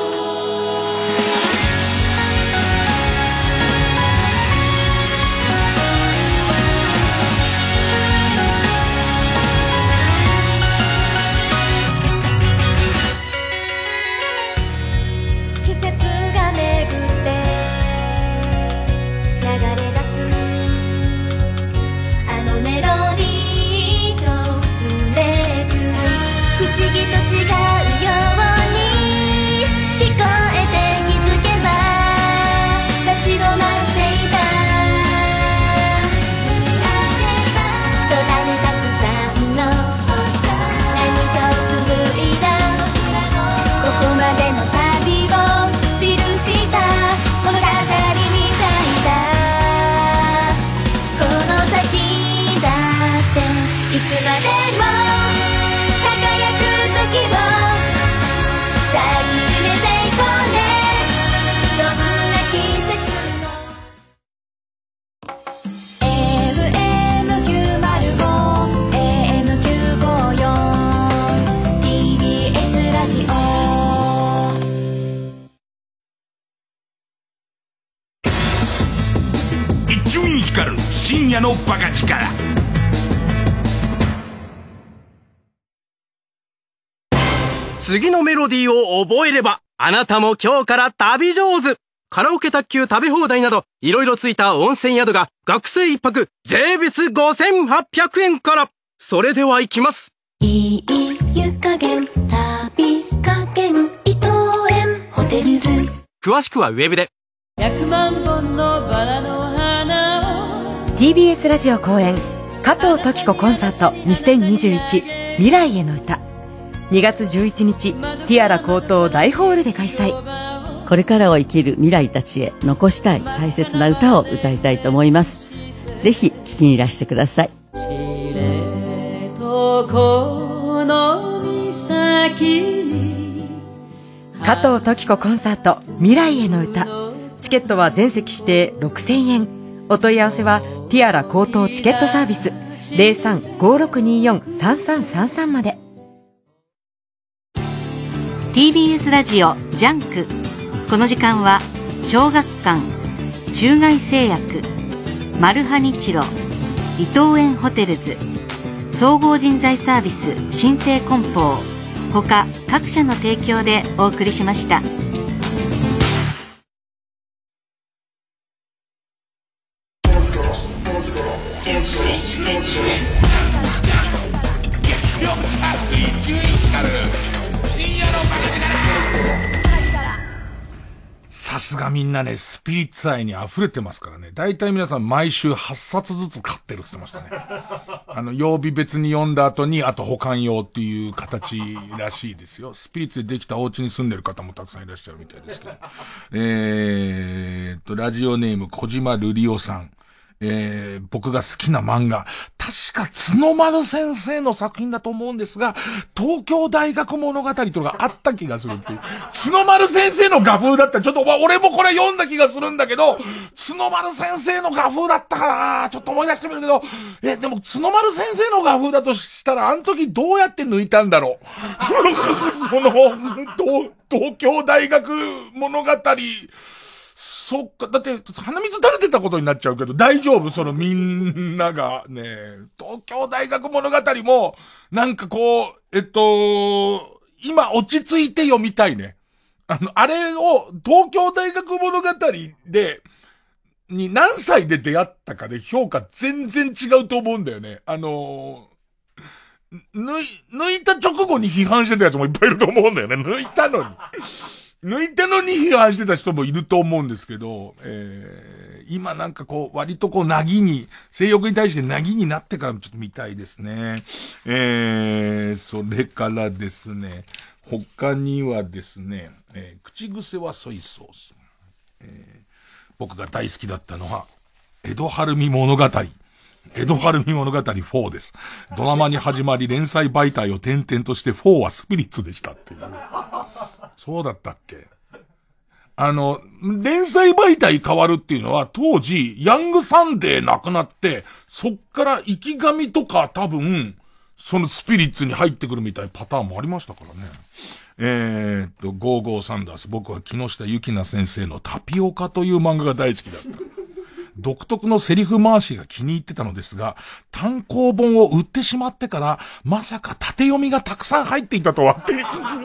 深夜のバカ力。 次のメロディーを覚えればあなたも今日から旅上手。カラオケ卓球食べ放題などいろいろついた温泉宿が学生一泊税別5800円から。それでは行きます。 いい湯加減旅加減伊藤園ホテルズ。 詳しくはウェブで。 100万本のバラの花を TBS ラジオ公演加藤登紀子コンサート2021未来への歌、2月11日ティアラ高等大ホールで開催。 これからを生きる未来たちへ残したい大切な歌を歌いたいと思います。ぜひ聴きにいらしてください。 知れとこの岬に加藤登紀子コンサート未来への歌、チケットは全席指定6000円。お問い合わせはティアラ高等チケットサービス 03-5624-3333 まで。 TBS ラジオジャンク。この時間は小学館、中外製薬、マルハニチロ、伊藤園ホテルズ、総合人材サービス新生梱包他各社の提供でお送りしました。 月曜チャーク伊集院光深夜のバカ力。さすがみんなね、スピリッツ愛に溢れてますからね。だいたい皆さん毎週8冊ずつ買ってるって言ってましたね。曜日別に読んだ後に、あと保管用っていう形らしいですよ。スピリッツでできたお家に住んでる方もたくさんいらっしゃるみたいですけど。ラジオネーム小島瑠璃夫さん。僕が好きな漫画、確か角丸先生の作品だと思うんですが、東京大学物語というのがあった気がするっていう。角丸先生の画風だったら、ちょっと俺もこれ読んだ気がするんだけど、角丸先生の画風だったかな、ちょっと思い出してみるけど、でも角丸先生の画風だとしたら、あの時どうやって抜いたんだろう。東京大学物語、そっか、だって、鼻水垂れてたことになっちゃうけど、大丈夫？みんながね、東京大学物語も、なんかこう、今落ち着いて読みたいね。あれを、東京大学物語に何歳で出会ったかで評価全然違うと思うんだよね。抜いた直後に批判してたやつもいっぱいいると思うんだよね。抜いたのに批判してた人もいると思うんですけど、今なんかこう、割とこう、性欲に対してなぎになってからもちょっと見たいですね。それからですね、他にはですね、口癖はソイソース。僕が大好きだったのは、江戸晴美物語。江戸晴美物語4です。ドラマに始まり連載媒体を転々として4はスピリッツでしたっていう。そうだったっけ？連載媒体変わるっていうのは当時、ヤングサンデーなくなって、そっから生き神とか多分、 そのスピリッツに入ってくるみたいなパターンもありましたからね。ゴーゴーサンダース。僕は木下ゆきな先生のタピオカという漫画が大好きだった。独特のセリフ回しが気に入ってたのですが、単行本を売ってしまってから、まさか縦読みがたくさん入っていたとはって。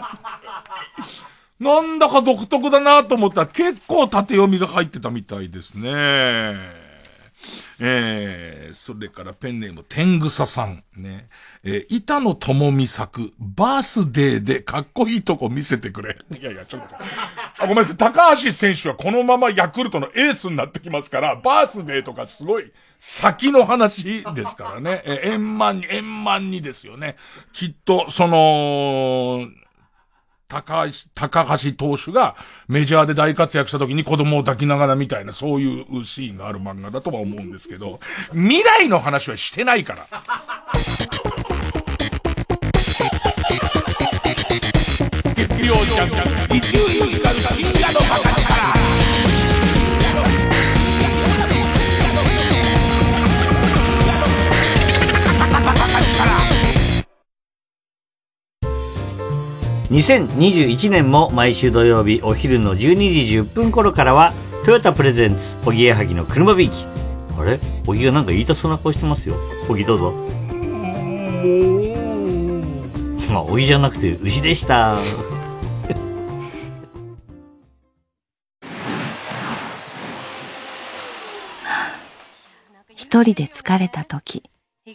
なんだか独特だなと思ったら結構縦読みが入ってたみたいですね。それからペンネーム天草さんね。板野友美作バースデーでかっこいいとこ見せてくれ。いやいやちょっとごめんなさい。高橋選手はこのままヤクルトのエースになってきますから、バースデーとかすごい先の話ですからね。円満にですよね。きっとその高橋投手がメジャーで大活躍した時に子供を抱きながらみたいなそういうシーンがある漫画だとは思うんですけど、未来の話はしてないから。月曜ジャンク伊集院光深夜のバカ力。 2021年も毎週土曜日お昼の12時10分頃からはトヨタプレゼンツおぎやはぎの車びいき。あれ、おぎがなんか言いたそうな顔してますよ。おぎどうぞ。まあおぎじゃなくて牛でした。 一人で疲れた時、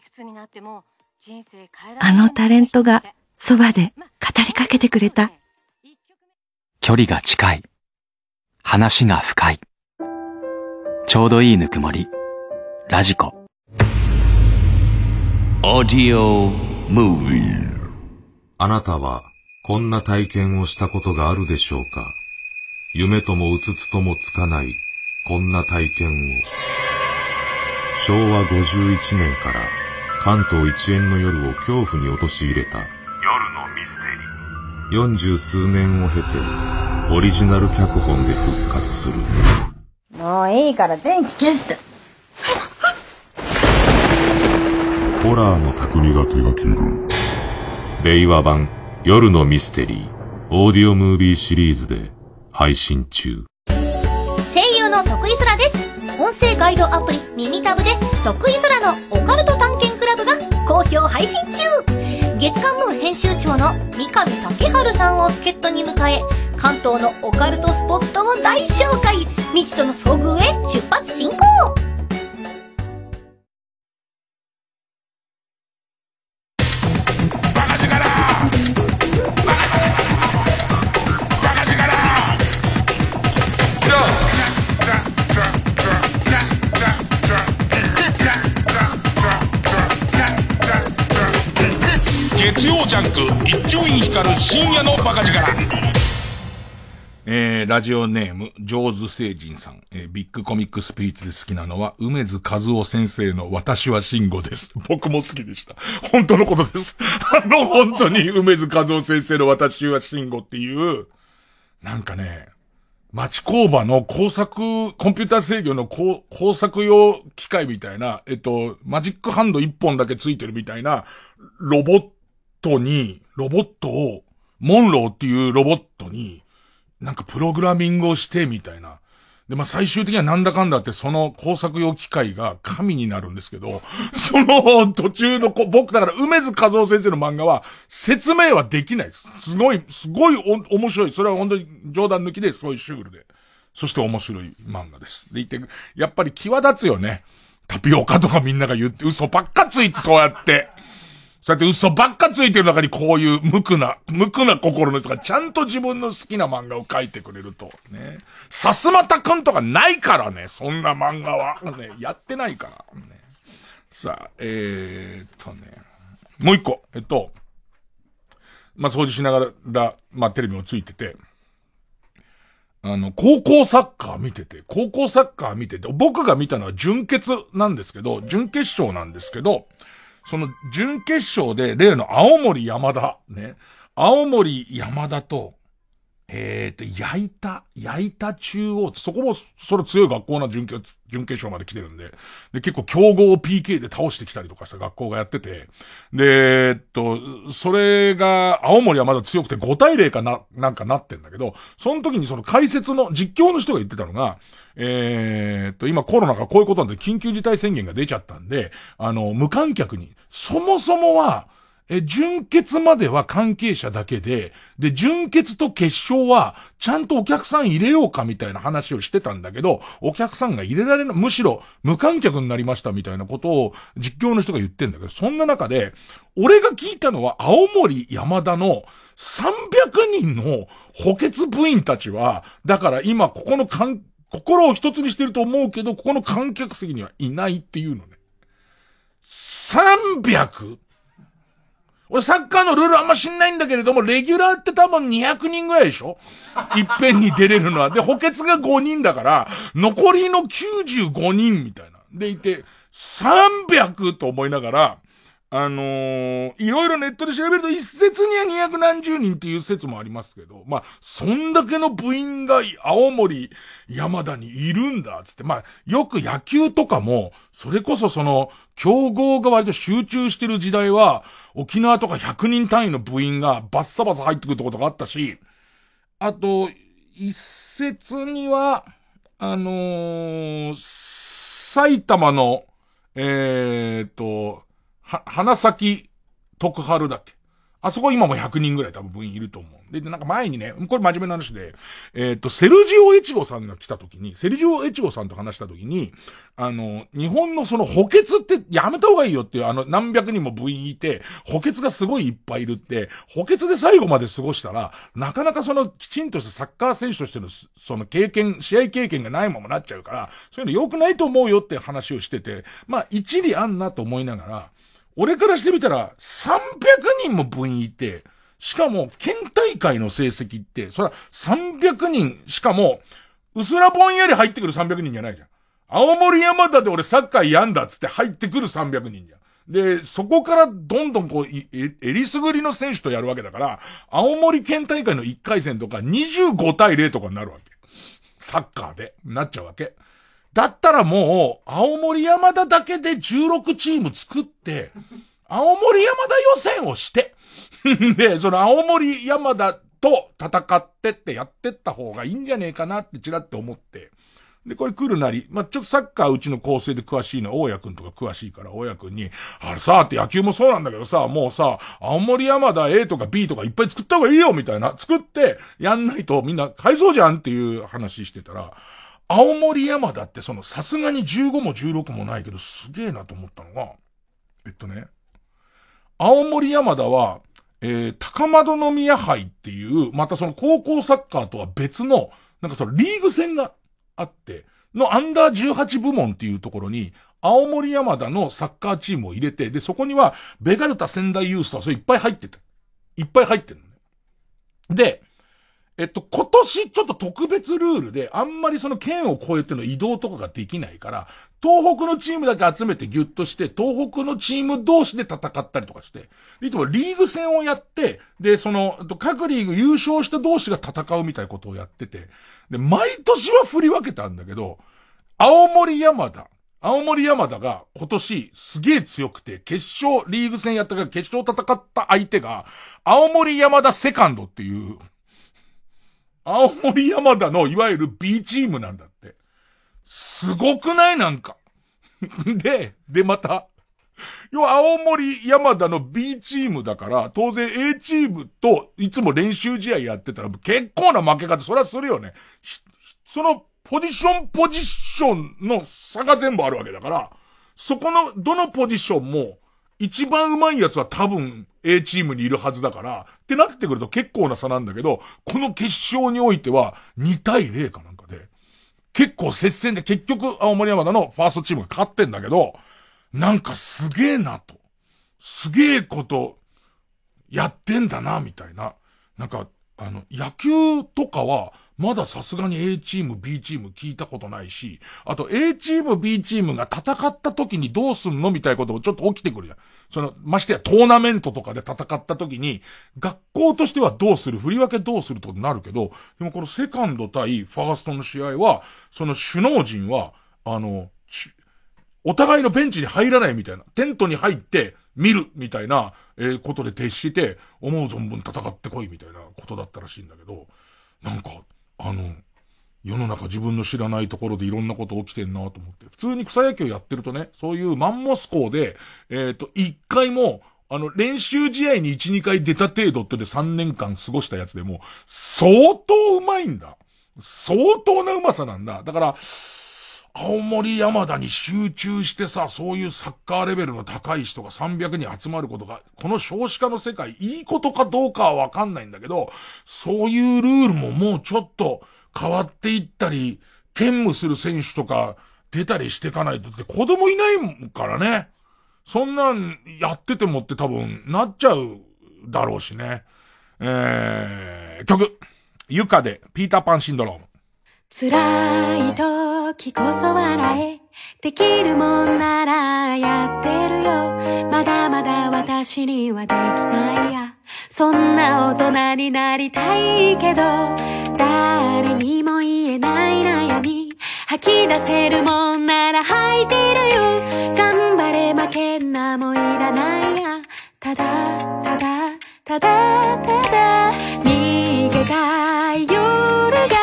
あのタレントがそばで語りかけてくれた。 距離が近い。話が深い。ちょうどいいぬくもり。ラジコ。 オーディオムービー。あなたはこんな体験をしたことがあるでしょうか。夢ともうつつともつかないこんな体験を。昭和51年から関東一円の夜を恐怖に陥れた40数年を経てオリジナル脚本で復活する。 もういいから電気消して。 ホラーの匠が手掛ける令和版夜のミステリーオーディオムービーシリーズで配信中。 声優の徳井空です。音声ガイドアプリ耳タブで徳井空のオカルト探検クラブが好評配信中。月刊ムー編集長の三上竹春さんを助っ人に迎え、関東のオカルトスポットを大紹介。未知との遭遇へ出発進行。 月曜ジャンク一丁院光る深夜のバカ力。ラジオネーム上手星人さん、ビッグコミックスピリッツで好きなのは梅津和夫先生の私は慎吾です。僕も好きでした。本当のことです。本当に梅津和夫先生の私は慎吾っていうなんかね、町工場の工作コンピューター制御の工作用機械みたいなマジックハンド一本だけついてるみたいなロボットをモンローっていうロボットになんかプログラミングをしてみたいな。で、まあ、最終的にはなんだかんだってその工作用機械が神になるんですけど、その途中の僕だから梅津和夫先生の漫画は説明はできないです。すごい面白い。それは本当に冗談抜きですごいシュールで。そして面白い漫画です。でいて、やっぱり際立つよね。タピオカとかみんなが言って嘘ばっかついてそうやって。そうやって嘘ばっかついてる中にこういう無垢な心の人がちゃんと自分の好きな漫画を描いてくれると。ね。さすまたくんとかないからね、そんな漫画は。ね、やってないから。ね、さあ、もう一個。まあ、掃除しながら、まあ、テレビもついてて、高校サッカー見てて、僕が見たのは準決なんですけど、準決勝なんですけど、その準決勝で例の青森山田ね。青森山田と、 矢板中央、そこも、それ強い学校な準決勝まで来てるんで、で、結構強豪を PK で倒してきたりとかした学校がやってて、で、それが、青森はまだ強くて5対0かなんかなってんだけど、その時にその解説の実況の人が言ってたのが、今コロナがこういうことなんで緊急事態宣言が出ちゃったんで、無観客に、そもそもは、準決までは関係者だけで、準決と決勝は、ちゃんとお客さん入れようかみたいな話をしてたんだけど、お客さんが入れられない、むしろ無観客になりましたみたいなことを実況の人が言ってんだけど、そんな中で、俺が聞いたのは青森山田の300人の補欠部員たちは、だから今ここの心を一つにしてると思うけど、ここの観客席にはいないっていうのね。300？俺サッカーのルールあんま知んないんだけれども、レギュラーって多分200人ぐらいでしょ？いっぺんに出れるのは。で、補欠が5人だから、残りの95人みたいな。でいて、300と思いながら、いろいろネットで調べると一説には200何十人っていう説もありますけど、まあ、そんだけの部員が青森山田にいるんだ、つって。まあ、よく野球とかも、それこそその、強豪が割と集中してる時代は、沖縄とか100人単位の部員がバッサバサ入ってくるとことがあったし、あと、一説には、埼玉の、花咲徳春だっけ。あそこ今も100人ぐらい多分部員いると思う。で、なんか前にね、これ真面目な話で、セルジオエチゴさんが来た時に、セルジオエチゴさんと話した時に、日本のその補欠ってやめた方がいいよっていう、何百人も部員いて、補欠がすごいいっぱいいるって、補欠で最後まで過ごしたら、なかなかそのきちんとしたサッカー選手としての、その試合経験がないままなっちゃうから、そういうの良くないと思うよって話をしてて、まあ一理あんなと思いながら、俺からしてみたら、300人も部員いて、しかも、県大会の成績って、それは300人、しかも、うすらぼんやり入ってくる300人じゃないじゃん。青森山田で俺サッカーやんだっつって入ってくる300人じゃん。で、そこからどんどんこう、えりすぐりの選手とやるわけだから、青森県大会の1回戦とか25対0とかになるわけ。サッカーで、なっちゃうわけ。だったらもう、青森山田だけで16チーム作って、青森山田予選をして、で、その青森山田と戦ってってやってった方がいいんじゃねえかなってちらって思って。で、これ来るなり、まあ、ちょっとサッカーうちの構成で詳しいのは大谷くんとか詳しいから、大谷くんに、あれさ、って野球もそうなんだけどさ、もうさ、青森山田 A とか B とかいっぱい作った方がいいよみたいな、作ってやんないとみんな買いそうじゃんっていう話してたら、青森山田ってさすがに15も16もないけどすげえなと思ったのが、青森山田は、高円宮杯っていう、またその高校サッカーとは別の、なんかそのリーグ戦があって、のアンダー18部門っていうところに、青森山田のサッカーチームを入れて、で、そこには、ベガルタ仙台ユースとかそれいっぱい入ってた。いっぱい入ってるのね。で、今年ちょっと特別ルールで、あんまりその県を越えての移動とかができないから、東北のチームだけ集めてギュッとして、東北のチーム同士で戦ったりとかして、いつもリーグ戦をやって、で、各リーグ優勝した同士が戦うみたいなことをやってて、で、毎年は振り分けたんだけど、青森山田が今年すげえ強くて、リーグ戦やったから決勝戦った相手が、青森山田セカンドっていう、青森山田のいわゆる B チームなんだって。すごくないなんか。で、また、要は青森山田の B チームだから、当然 A チームといつも練習試合やってたら結構な負け方、それはするよね。そのポジションの差が全部あるわけだから、そこのどのポジションも一番上手いやつは多分 A チームにいるはずだから、ってなってくると結構な差なんだけど、この決勝においては2対0かなんかで、結構接戦で結局青森山田のファーストチームが勝ってんだけど、なんかすげえなと。すげえことやってんだな、みたいな。なんか、野球とかはまださすがに A チーム、B チーム聞いたことないし、あと A チーム、B チームが戦った時にどうすんのみたいなこともちょっと起きてくるじゃん。ましてやトーナメントとかで戦った時に、学校としてはどうする、振り分けどうするとなるけど、でもこのセカンド対ファーストの試合は、その首脳陣は、お互いのベンチに入らないみたいな、テントに入って見るみたいな、ことで徹して、思う存分戦ってこいみたいなことだったらしいんだけど、なんか、世の中自分の知らないところでいろんなこと起きてんなと思って。普通に草野球やってるとね、そういうマンモス校で、一回も、練習試合に1、2回出た程度ってで3年間過ごしたやつでも、相当うまいんだ。相当なうまさなんだ。だから、青森山田に集中してさ、そういうサッカーレベルの高い人が300人集まることが、この少子化の世界、いいことかどうかはわかんないんだけど、そういうルールももうちょっと変わっていったり、兼務する選手とか出たりしていかないとって子供いないからね。そんなんやっててもって多分なっちゃうだろうしね。曲。ゆかでピーターパンシンドローム。 辛い時こそ笑え、できるもんならやってるよ。まだまだ私にはできないや。そんな大人になりたいけど、誰にも言えない悩み、吐き出せるもんなら吐いてるよ。頑張れ負けんなもいらないや。ただただただただ逃げたい夜が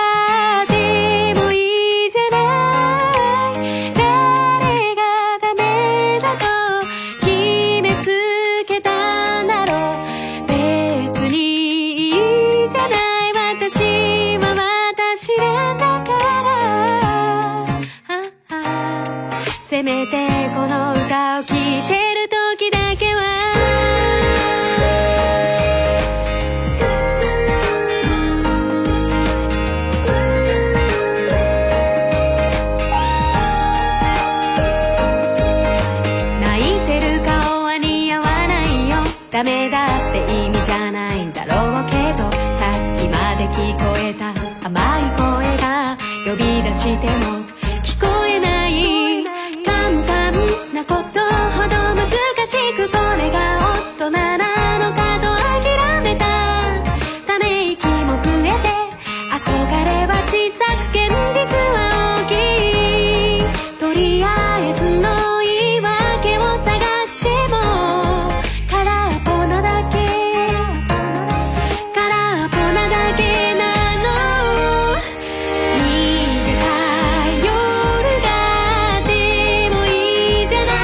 せめてこの歌を聴いてる時だけは泣いてる顔は似合わないよ。ダメだって意味じゃないんだろうけど、さっきまで聞こえた甘い声が呼び出しても聞こえない。なことほど難しくこれが大人なのかと諦めた。ため息も増えて憧れは小さく現実は大きい。とりあえずの言い訳を探しても空っぽなだけ空っぽなだけなの。逃げたい夜がでもいいじゃない。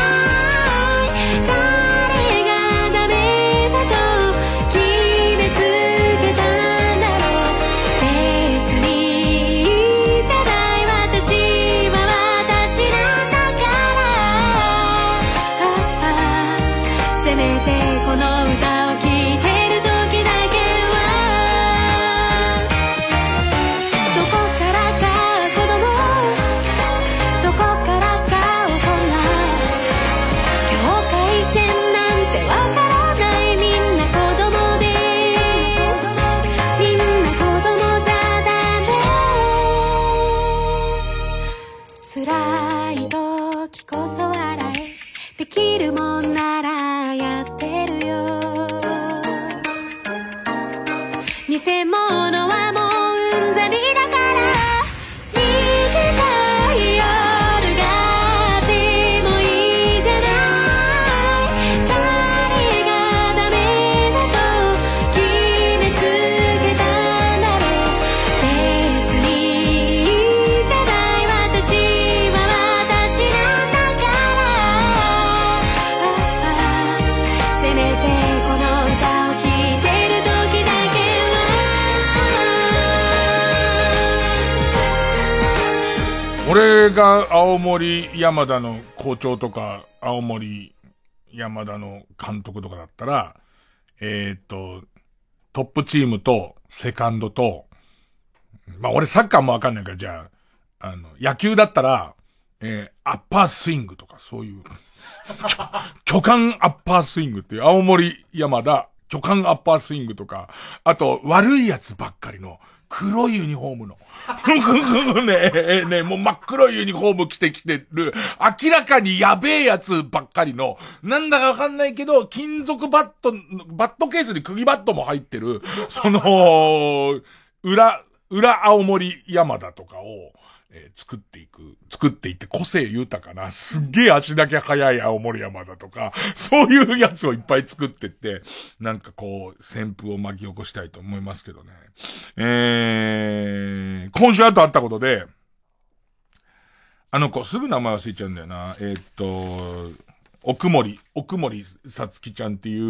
俺が青森山田の校長とか、青森山田の監督とかだったら、トップチームとセカンドと、まあ、俺サッカーもわかんないから、じゃあ、野球だったら、アッパースイングとか、そういう、巨漢アッパースイングっていう青森山田巨漢アッパースイングとか、あと悪いやつばっかりの黒いユニフォームの。ね、もう真っ黒いユニフォーム着てきてる、明らかにやべえやつばっかりの、なんだかわかんないけど、金属バットケースに釘バットも入ってる、裏青森山田とかを、作っていって個性豊かな、すっげえ足だけ速い青森山田とか、そういうやつをいっぱい作ってって、なんかこう、旋風を巻き起こしたいと思いますけどね。今週あったことで、すぐ名前忘れちゃうんだよな。奥森さつきちゃんっていう、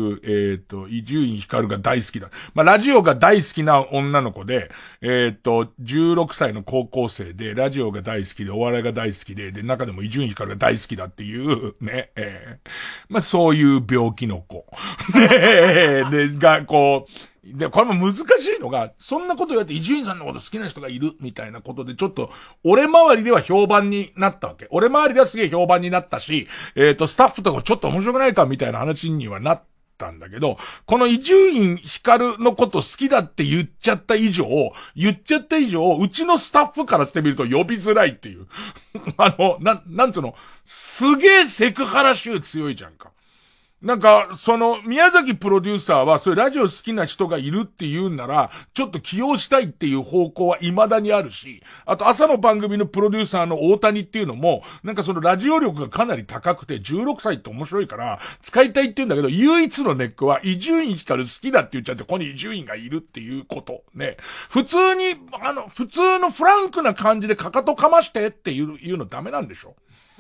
伊集院光が大好きだ。まあ、ラジオが大好きな女の子で、16歳の高校生で、ラジオが大好きで、お笑いが大好きで、で、中でも伊集院光が大好きだっていう、ね、まあ、そういう病気の子。で、で、これも難しいのが、そんなこと言われて伊集院さんのこと好きな人がいるみたいなことで、ちょっと、俺周りでは評判になったわけ。俺周りではすげえ評判になったし、スタッフとかもちょっと面白くないかみたいな話にはなったんだけど、この伊集院光のこと好きだって言っちゃった以上、うちのスタッフからしてみると呼びづらいっていう。なんつうの、すげえセクハラ臭強いじゃんか。なんか、宮崎プロデューサーは、そういうラジオ好きな人がいるって言うんなら、ちょっと起用したいっていう方向は未だにあるし、あと朝の番組のプロデューサーの大谷っていうのも、なんかラジオ力がかなり高くて、16歳って面白いから、使いたいって言うんだけど、唯一のネックは、伊集院光好きだって言っちゃって、ここに伊集院がいるっていうこと。ね。普通のフランクな感じでかかとかましてって言うのダメなんでしょ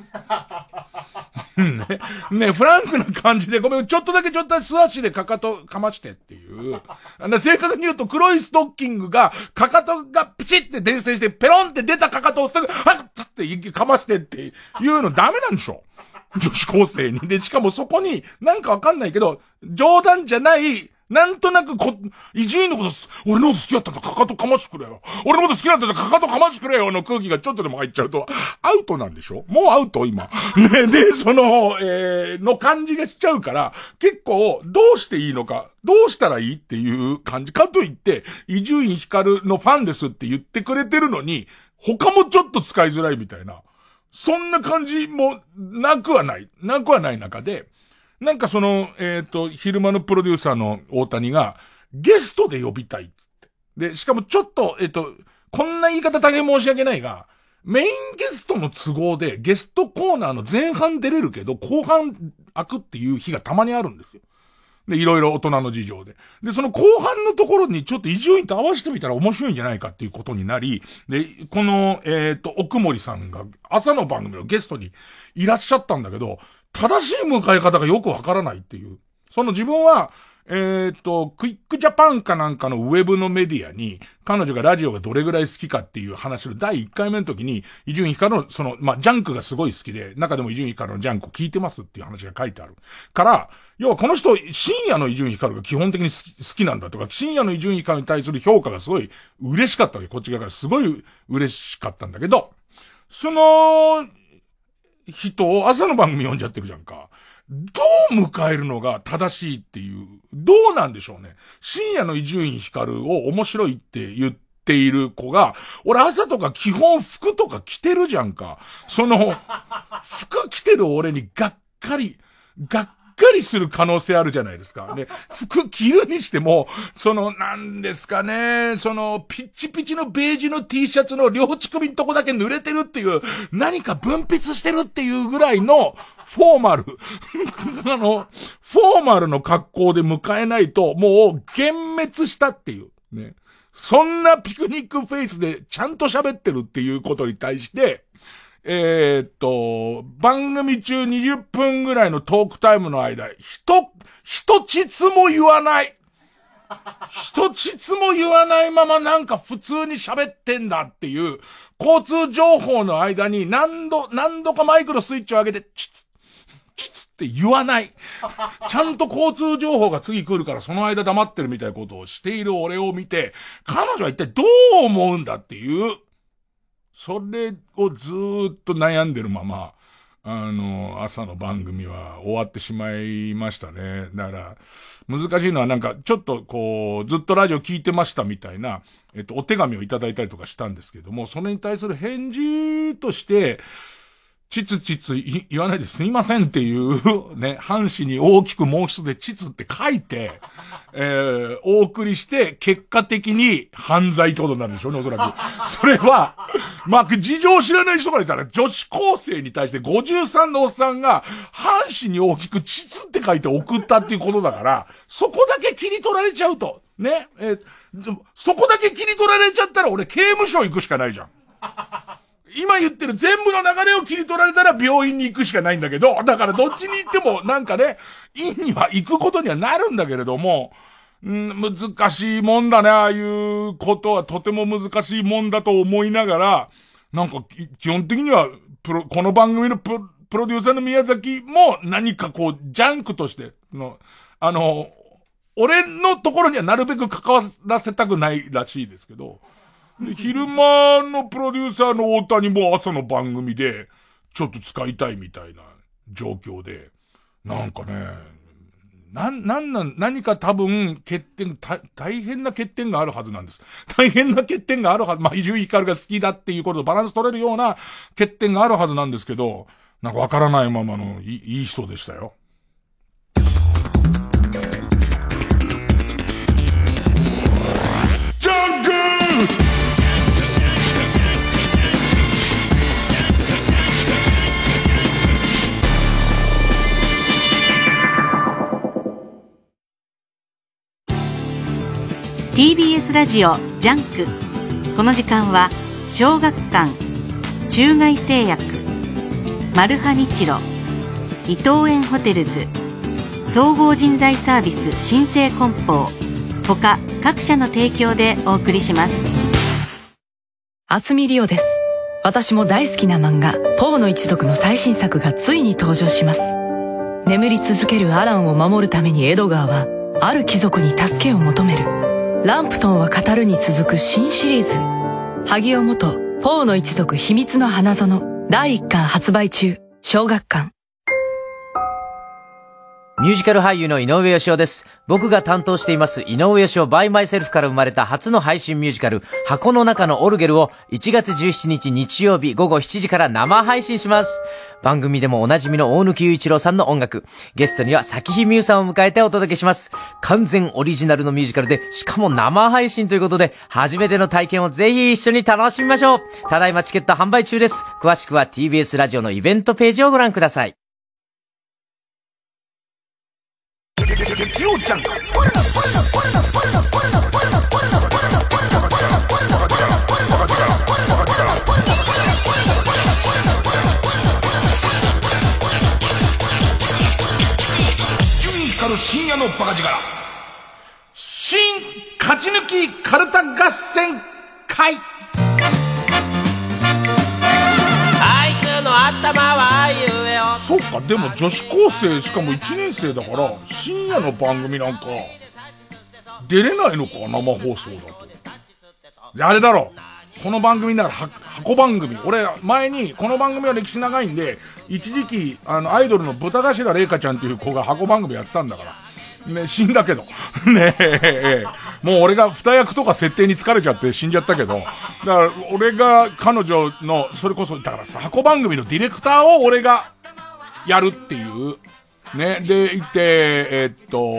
ね、フランクな感じで、ごめん、ちょっとだけ素足でかかとかましてっていう。正確に言うと黒いストッキングが、かかとがピチって伝線して、ペロンって出たかかとをすぐ、はっってかましてっていうのダメなんでしょ女子高生に。で、しかもそこに、なんかわかんないけど、冗談じゃない、なんとなく伊集院のこと、俺のこと好きだったんだ、かかとかましてくれよ。俺のこと好きだったんだ、かかとかましてくれよの空気がちょっとでも入っちゃうと、アウトなんでしょ？もうアウト今。ね、で、の感じがしちゃうから、結構、どうしていいのか、どうしたらいいっていう感じかといって、伊集院光のファンですって言ってくれてるのに、他もちょっと使いづらいみたいな。そんな感じもなくはない中で、なんか昼間のプロデューサーの大谷が、ゲストで呼びたいっつって。で、しかもちょっと、こんな言い方大変申し訳ないが、メインゲストの都合で、ゲストコーナーの前半出れるけど、後半開くっていう日がたまにあるんですよ。で、いろいろ大人の事情で。で、その後半のところにちょっと伊集院と合わせてみたら面白いんじゃないかっていうことになり、で、この、奥森さんが朝の番組のゲストにいらっしゃったんだけど、正しい迎え方がよくわからないっていう。自分は、クイックジャパンかなんかのウェブのメディアに、彼女がラジオがどれぐらい好きかっていう話の第1回目の時に、伊集院光のジャンクがすごい好きで、中でも伊集院光のジャンクを聞いてますっていう話が書いてある。から、要はこの人、深夜の伊集院光が基本的に好きなんだとか、深夜の伊集院光に対する評価がすごい嬉しかったわけ。こっち側からすごい嬉しかったんだけど、人を朝の番組読んじゃってるじゃんか。どう迎えるのが正しいっていう、どうなんでしょうね。深夜の伊集院光を面白いって言っている子が、俺朝とか基本服とか着てるじゃんか。服着てる俺にがっかりする可能性あるじゃないですか。ね、服着るにしても、なんですかね、ピッチピチのベージュの T シャツの両乳首のとこだけ濡れてるっていう、何か分泌してるっていうぐらいの、フォーマル。フォーマルの格好で迎えないと、もう、幻滅したっていう。ね。そんなピクニックフェイスでちゃんと喋ってるっていうことに対して、番組中20分ぐらいのトークタイムの間、一つも言わない。一つも言わないままなんか普通に喋ってんだっていう、交通情報の間に何度かマイクのスイッチを上げて、チツって言わない。ちゃんと交通情報が次来るからその間黙ってるみたいなことをしている俺を見て、彼女は一体どう思うんだっていう、それをずーっと悩んでるまま、 朝の番組は終わってしまいましたね。だから、難しいのはなんか、ちょっとこう、ずっとラジオ聞いてましたみたいな、お手紙をいただいたりとかしたんですけども、それに対する返事として、ちつ言わないですいませんっていうね、半紙に大きく毛筆でちつって書いて、お送りして、結果的に犯罪ってことになるんでしょうね、おそらく。それは、まあ、事情を知らない人から言ったら、女子高生に対して53のおっさんが、半紙に大きくちつって書いて送ったっていうことだから、そこだけ切り取られちゃうと。ね。そこだけ切り取られちゃったら俺刑務所行くしかないじゃん。今言ってる全部の流れを切り取られたら病院に行くしかないんだけど、だからどっちに行ってもなんかね、院には行くことにはなるんだけれども、難しいもんだね、ああいうことはとても難しいもんだと思いながら、なんか基本的にはこの番組のプロデューサーの宮崎も何かこうジャンクとしての、俺のところにはなるべく関わらせたくないらしいですけど、昼間のプロデューサーの大谷も朝の番組でちょっと使いたいみたいな状況で、なんかね、何か多分大変な欠点があるはずなんです。大変な欠点があるはず。まあ、伊集院光が好きだっていうこととバランス取れるような欠点があるはずなんですけど、なんかわからないままのいい人でしたよ。ジャンク TBS ラジオジャンク。この時間は小学館、中外製薬、マルハニチロ、伊東園ホテルズ、総合人材サービス新生梱包他各社の提供でお送りします。 あすみりおです。私も大好きな漫画ポーの一族の最新作がついに登場します。眠り続けるアランを守るためにエドガーはある貴族に助けを求める。ランプトンは語るに続く新シリーズ、萩尾元ポーの一族秘密の花園第1巻発売中。小学館。 ミュージカル俳優の井上芳雄です。僕が担当しています井上芳雄 by myself から生まれた初の配信ミュージカル箱の中のオルゲルを1月17日日曜日午後7時から生配信します。番組でもおなじみの大貫雄一郎さんの音楽、ゲストには咲日美優さんを迎えてお届けします。完全オリジナルのミュージカルで、しかも生配信ということで、初めての体験をぜひ一緒に楽しみましょう。ただいまチケット販売中です。詳しくは TBS ラジオのイベントページをご覧ください。 深夜のバカ力新勝ち抜きカルタ合戦会。 あいつの頭はゆえよ。 そうか、でも女子高生しかも1年生だから深夜の番組なんか出れないのか、生放送だと。であれだろ、この番組だから箱番組。俺前にこの番組は歴史長いんで、一時期アイドルの豚頭玲香ちゃんっていう子が箱番組やってたんだからね、死んだけどねえ、もう俺が二役とか設定に疲れちゃって死んじゃったけど、だから俺が彼女のそれこそだからさ、箱番組のディレクターを俺がやるっていうね。でいて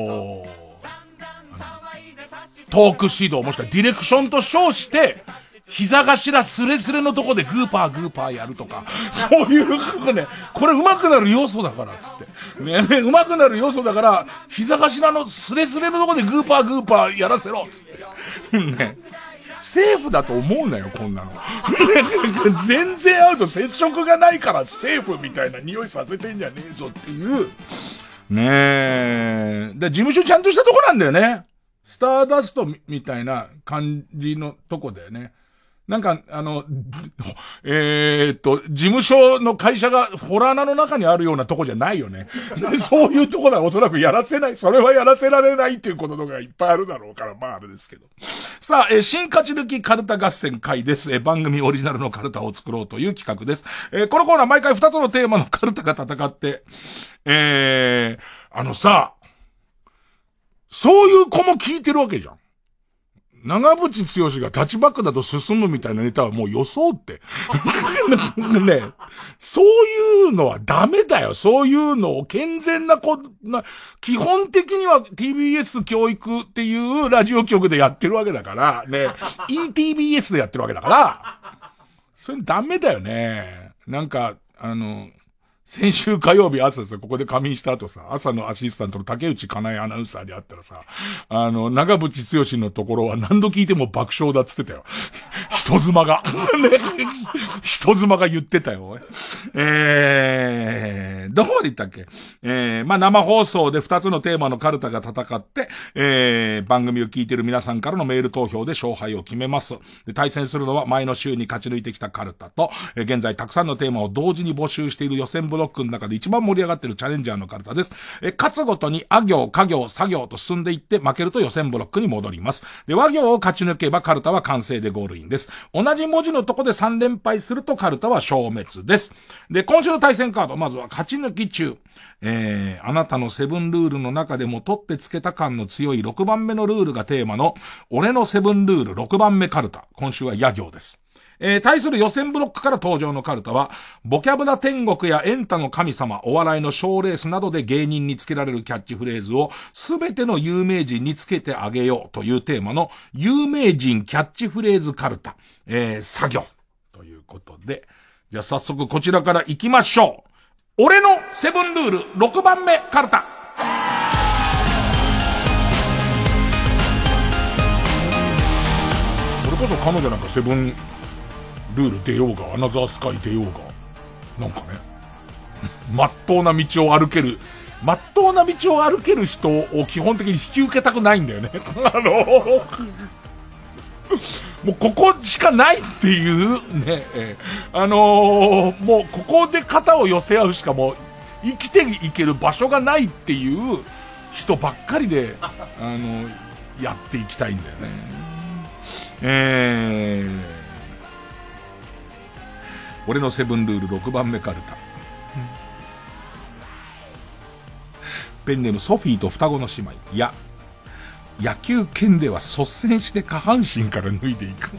トーク指導もしくはディレクションと称して膝頭スレスレのとこでグーパーやるとか、そういうね、これ上手くなる要素だからつってね、上手くなる要素だから膝頭のスレスレのとこでグーパーやらせろつってね。セーフだと思うなよこんなの全然アウト、接触がないからセーフみたいな匂いさせてんじゃねえぞっていうねえ。で事務所ちゃんとしたとこなんだよね。スターダストみたいな感じのとこだよね。 なんか、事務所の会社がホラー穴の中にあるようなとこじゃないよね。そういうとこではおそらくやらせない。それはやらせられないっていうことがいっぱいあるだろうから、まああれですけど。さあ、新勝ち抜きカルタ合戦会です。番組オリジナルのカルタを作ろうという企画です。このコーナー毎回2つのテーマのカルタが戦って、そういう子も聞いてるわけじゃん。長渕剛がタッチバックだと進むみたいなネタはもう装って。ね、そういうのはダメだよ。そういうのを健全な基本的には TBS 教育っていうラジオ局でやってるわけだから、ね、ETBS でやってるわけだから、それダメだよね。なんか、先週火曜日朝さ、ここで仮眠した後さ、朝のアシスタントの竹内かなえアナウンサーに会ったらさ、長渕剛のところは何度聞いても爆笑だっつってたよ。人妻が。人妻が言ってたよ。どこまで言ったっけ？生放送で2つのテーマのカルタが戦って、番組を聞いている皆さんからのメール投票で勝敗を決めます。で、対戦するのは前の週に勝ち抜いてきたカルタと、現在たくさんのテーマを同時に募集している予選ブロックの中で一番盛り上がっているチャレンジャーのカルタです。勝つごとにあ行、家行、作業と進んでいって負けると予選ブロックに戻ります。で、和行を勝ち抜けばカルタは完成でゴールインです。同じ文字のとこで3連敗するとカルタは消滅です。で、今週の対戦カード、まずは勝ち抜き中。あなたのセブンルールの中でも取ってつけた感の強い6番目のルールがテーマの俺のセブンルール6番目カルタ。今週は野行です。対する予選ブロックから登場のカルタは、ボキャブラ天国やエンタの神様、お笑いの賞レースなどで芸人につけられるキャッチフレーズをすべての有名人につけてあげようというテーマの有名人キャッチフレーズカルタ、作業ということで、じゃあ早速こちらから行きましょう。俺のセブンルール6番目カルタ。これこそ彼女なんかセブンルール出ようがアナザースカイ出ようがなんかね真っ当な道を歩ける人を基本的に引き受けたくないんだよねもうここしかないっていうね、もうここで肩を寄せ合うしかもう生きていける場所がないっていう人ばっかりでやっていきたいんだよね。俺のセブンルール6番目カルタ。ペンネームソフィーと双子の姉妹。いや、野球拳では率先して下半身から脱いでいく。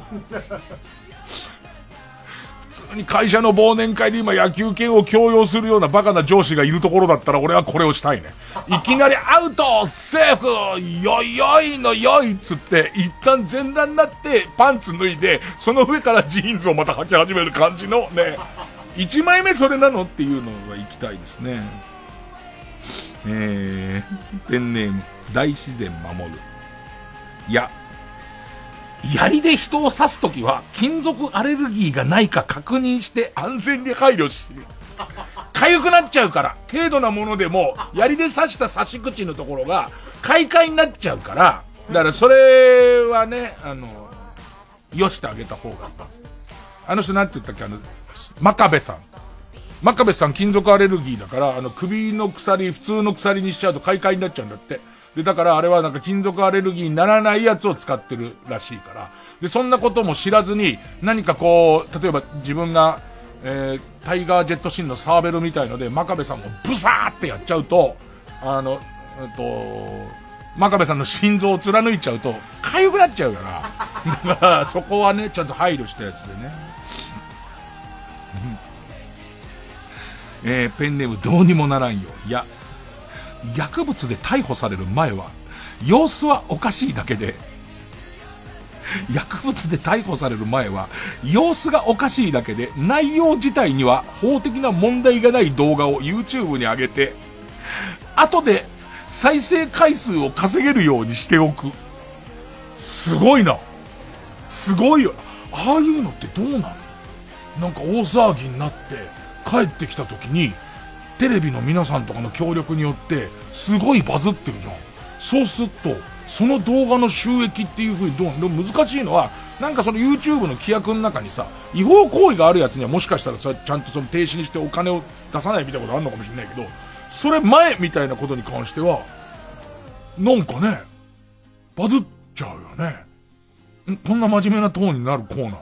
普通に会社の忘年会で今野球拳を強要するようなバカな上司がいるところだったら俺はこれをしたいね。いきなりアウトセーフよいよいのよいっつって一旦全裸になってパンツ脱いでその上からジーンズをまた履き始める感じのね、1枚目それなのっていうのは行きたいですね。ペンネーム大自然守る。いや、槍で人を刺すときは金属アレルギーがないか確認して安全に配慮する。痒くなっちゃうから、軽度なものでも槍で刺した刺し口のところが快快になっちゃうから、だからそれはね、よしてあげた方がいい。あの人なんて言ったっけ、真壁さん金属アレルギーだから、首の鎖普通の鎖にしちゃうと快快になっちゃうんだって。で、だからあれはなんか金属アレルギーにならないやつを使ってるらしいから。で、そんなことも知らずに、何かこう、例えば自分が、タイガージェットシンのサーベルみたいので、真壁さんをブサーってやっちゃうと、真壁さんの心臓を貫いちゃうと、痒くなっちゃうから。だから、そこはね、ちゃんと配慮したやつでね。ペンネームどうにもならんよ。いや、薬物で逮捕される前は様子はおかしいだけで、薬物で逮捕される前は様子がおかしいだけで内容自体には法的な問題がない動画を YouTube に上げて後で再生回数を稼げるようにしておく。すごいな、すごいよ。ああいうのってどうなの？なんか大騒ぎになって帰ってきた時にテレビの皆さんとかの協力によってすごいバズってるじゃん。そうするとその動画の収益っていう風にでも難しいのは、なんかその YouTube の規約の中にさ、違法行為があるやつにはもしかしたらさ、ちゃんとその停止にしてお金を出さないみたいなことあるのかもしれないけど、それ前みたいなことに関しては、なんかね、バズっちゃうよね。こんな真面目なトーンになるコーナ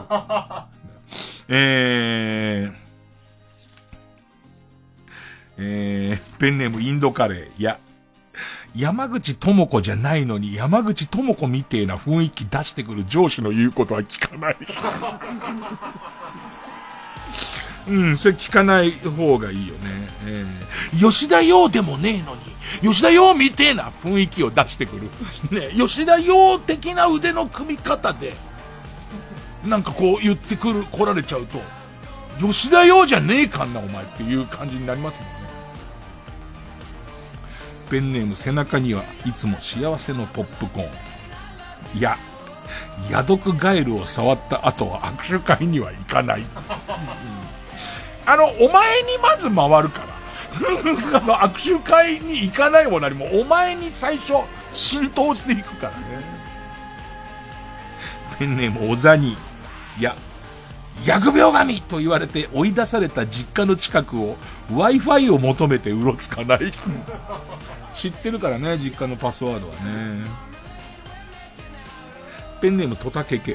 ー。ペンネームインドカレー。いや、山口智子じゃないのに山口智子みてえな雰囲気出してくる上司の言うことは聞かない。それ聞かない方がいいよね。吉田洋でもねえのに吉田洋みてえな雰囲気を出してくる。ね、吉田洋的な腕の組み方で、なんかこう言って来られちゃうと、吉田洋じゃねえかんなお前っていう感じになりますもんね。ペンネーム背中にはいつも幸せのポップコーン。いや、ヤドクガエルを触った後は握手会には行かない。お前にまず回るから。握手会に行かないも何も、お前に最初浸透していくからね。ペンネームおざに。いや、疫病神と言われて追い出された実家の近くを Wi-Fi を求めてうろつかない。知ってるからね、実家のパスワードはね。ペンネームトタケケ。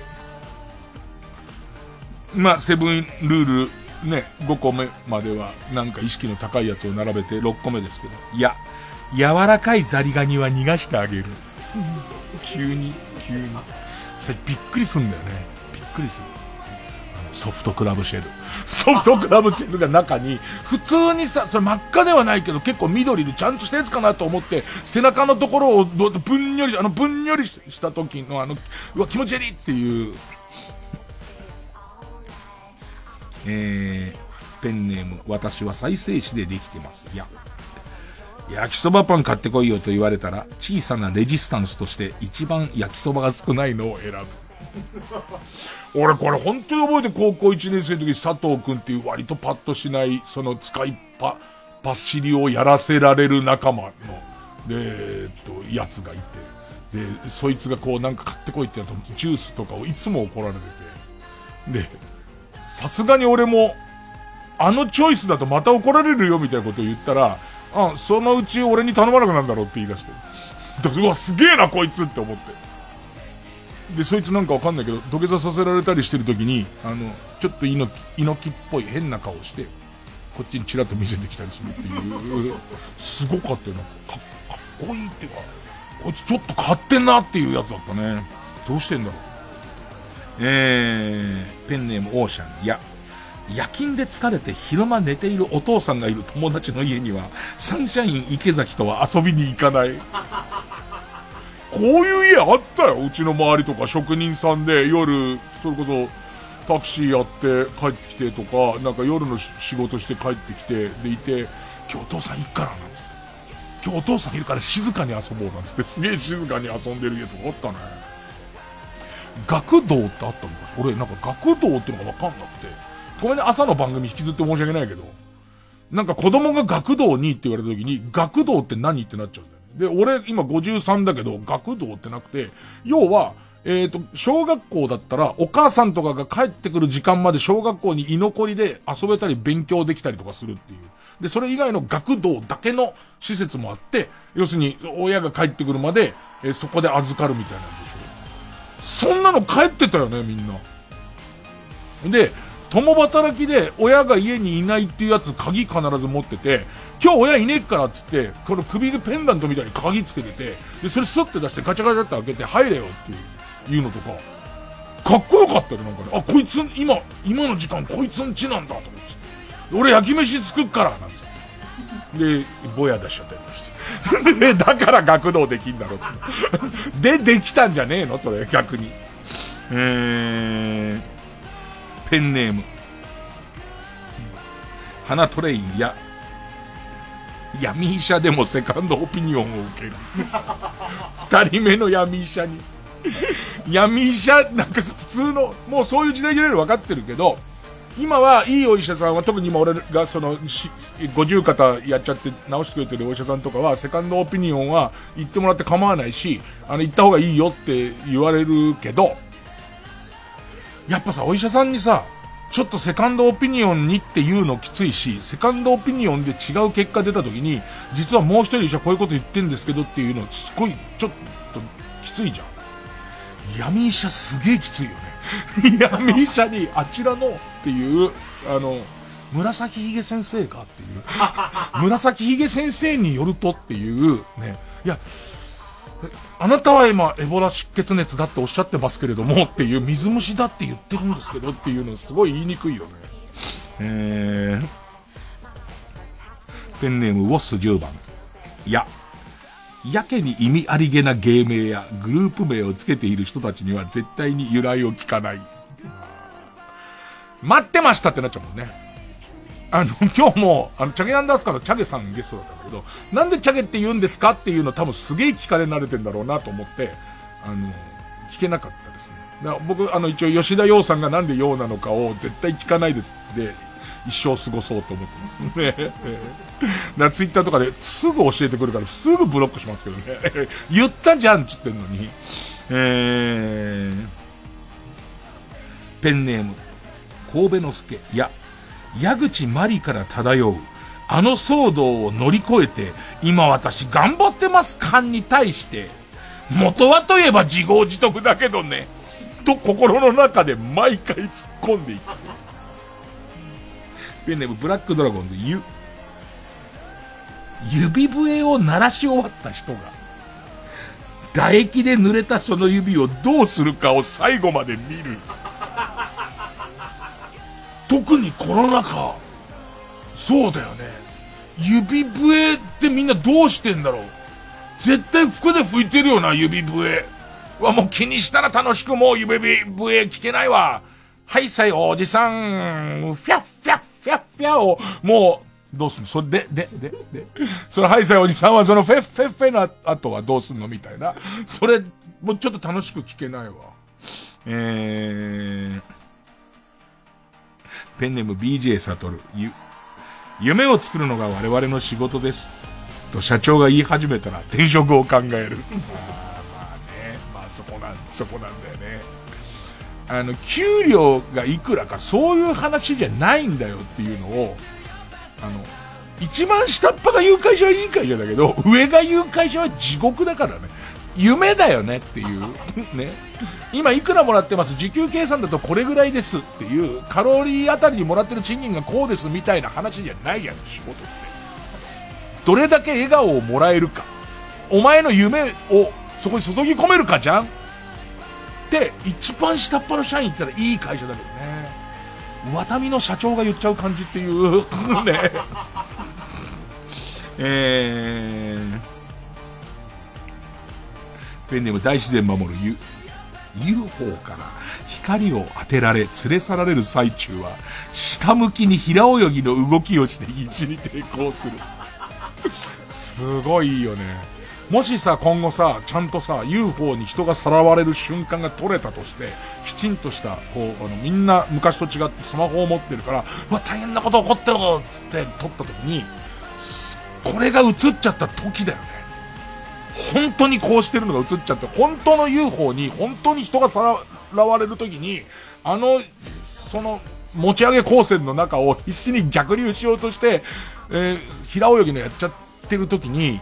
まあ、セブンルールね、5個目まではなんか意識の高いやつを並べて6個目ですけど、いや、柔らかいザリガニは逃がしてあげる。急に。それびっくりすんだよね。びっくりする。ソフトクラブシェル。ソフトクラブシェルが中に、普通にさ、それ真っ赤ではないけど結構緑でちゃんとしたやつかなと思って、背中のところをぶんよりした時のうわ、気持ち悪いっていう。ペンネーム、私は再生紙でできてます。いや、焼きそばパン買ってこいよと言われたら、小さなレジスタンスとして一番焼きそばが少ないのを選ぶ。俺これ本当に覚えて、高校1年生の時佐藤くんっていう割とパッとしないその使いパッシリをやらせられる仲間のやつがいて、でそいつがこうなんか買ってこいってやるとジュースとかをいつも怒られてて、でさすがに俺もチョイスだとまた怒られるよみたいなことを言ったら、そのうち俺に頼まなくなるんだろうって言い出して、うわすげえなこいつって思って、でそいつなんかわかんないけど土下座させられたりしてる時にちょっと猪木っぽい変な顔してこっちにチラッと見せてきたりするっていうすごかったよな。かっこいいっていうか、こいつちょっと買ってんなっていうやつだったね。どうしてんだろう。ペンネームオーシャン。いや、夜勤で疲れて昼間寝ているお父さんがいる友達の家にはサンシャイン池崎とは遊びに行かない。こういう家あったよ。うちの周りとか職人さんで夜それこそタクシーやって帰ってきてとか、なんか夜の仕事して帰ってきてでいて、今日お父さん行くからなんつって、今日お父さんいるから静かに遊ぼうなんつって、すげえ静かに遊んでる家とかあったね。学童ってあったのかしら。俺なんか学童ってのが分かんなくて、ごめんね朝の番組引きずって申し訳ないけど、なんか子供が学童にって言われた時に学童って何ってなっちゃうんだよね。で、俺今53だけど学童ってなくて、要は小学校だったらお母さんとかが帰ってくる時間まで小学校に居残りで遊べたり勉強できたりとかするっていう。で、それ以外の学童だけの施設もあって、要するに親が帰ってくるまでそこで預かるみたいなんでしょ。そんなの帰ってたよねみんな。で、共働きで親が家にいないっていうやつ鍵必ず持ってて、今日親いねえからっつってこの首がペンダントみたいに鍵つけてて、でそれスッて出してガチャガチャって開けて入れよっていうのとかかっこよかったよ。なんかね、あ、こいつ今の時間こいつん家なんだと思って、俺焼き飯作っからなんつってでぼや出しちゃったりしてだから学童できんだろっつってできたんじゃねえのそれ逆に。ペンネーム花トレイン。や闇医者でもセカンドオピニオンを受ける二人目の闇医者に闇医者なんか普通のもうそういう時代じゃないの分かってるけど、 今はいいお医者さんは、特に今俺がその、50肩やっちゃって治してくれてるお医者さんとかは、セカンドオピニオンは言ってもらって構わないし、言った方がいいよって言われるけど、やっぱさ、お医者さんにさ、ちょっとセカンドオピニオンにっていうのきついし、セカンドオピニオンで違う結果出た時に、実はもう一人医者こういうこと言ってんですけどっていうの、すごい、ちょっときついじゃん。闇医者すげえきついよね。闇医者にあちらのっていう紫ひげ先生かっていう紫ひげ先生によるとっていうね、いやあなたは今エボラ出血熱だっておっしゃってますけれどもっていう、水虫だって言ってるんですけどっていうのすごい言いにくいよね。ペンネームウォッス10番。やけに意味ありげな芸名やグループ名をつけている人たちには絶対に由来を聞かない。待ってましたってなっちゃうもんね。今日も、チャゲアンダースカのチャゲさんゲストだったんだけど、なんでチャゲって言うんですかっていうの多分すげえ聞かれ慣れてんだろうなと思って、聞けなかったですね。だから僕、一応吉田洋さんがなんで洋なのかを絶対聞かないで、一生過ごそうと思ってますね。だからツイッターとかですぐ教えてくるからすぐブロックしますけどね。言ったじゃんっつってんのに。ペンネーム、神戸之助。矢口まりから漂う、騒動を乗り越えて、今私頑張ってます感に対して、元はといえば自業自得だけどね、と心の中で毎回突っ込んでいく。ペンネームブラックドラゴンで指笛を鳴らし終わった人が唾液で濡れたその指をどうするかを最後まで見る。特にコロナ禍、そうだよね。指笛ってみんなどうしてんだろう。絶対服で吹いてるよな、指笛は。もう気にしたら楽しくもう指笛聞けないわ。はいさいおじさん、フィャッフィャッフィャッフィャを、もう、どうすんのそれで。そのハイサイおじさんはそのフェッの後はどうすんのみたいな。それ、もうちょっと楽しく聞けないわ。ペンネーム BJ サトル。夢を作るのが我々の仕事です。と社長が言い始めたら転職を考える。まあね。まあそこなんだよね。給料がいくらかそういう話じゃないんだよっていうのを、一番下っ端が言う会社はいい会社だけど、上が言う会社は地獄だからね。夢だよねっていう。ね。今いくらもらってます、時給計算だとこれぐらいですっていう、カロリーあたりにもらってる賃金がこうですみたいな話じゃないじゃん、仕事って。どれだけ笑顔をもらえるか。お前の夢をそこに注ぎ込めるかじゃんで、一番下っ端の社員って言ったらいい会社だけどね。ワタミの社長が言っちゃう感じっていうね。ペンネーム大自然守るUFO から光を当てられ連れ去られる最中は下向きに平泳ぎの動きをして必死に抵抗する。すごいよね。もしさ、今後さ、ちゃんとさ、UFO に人がさらわれる瞬間が撮れたとして、きちんとした、みんな昔と違ってスマホを持ってるから、うわ、大変なこと起こってるぞつって撮った時に、これが映っちゃった時だよね。本当にこうしてるのが映っちゃって、本当の UFO に、本当に人がさらわれる時に、その、持ち上げ光線の中を必死に逆流しようとして、平泳ぎのやっちゃってる時に、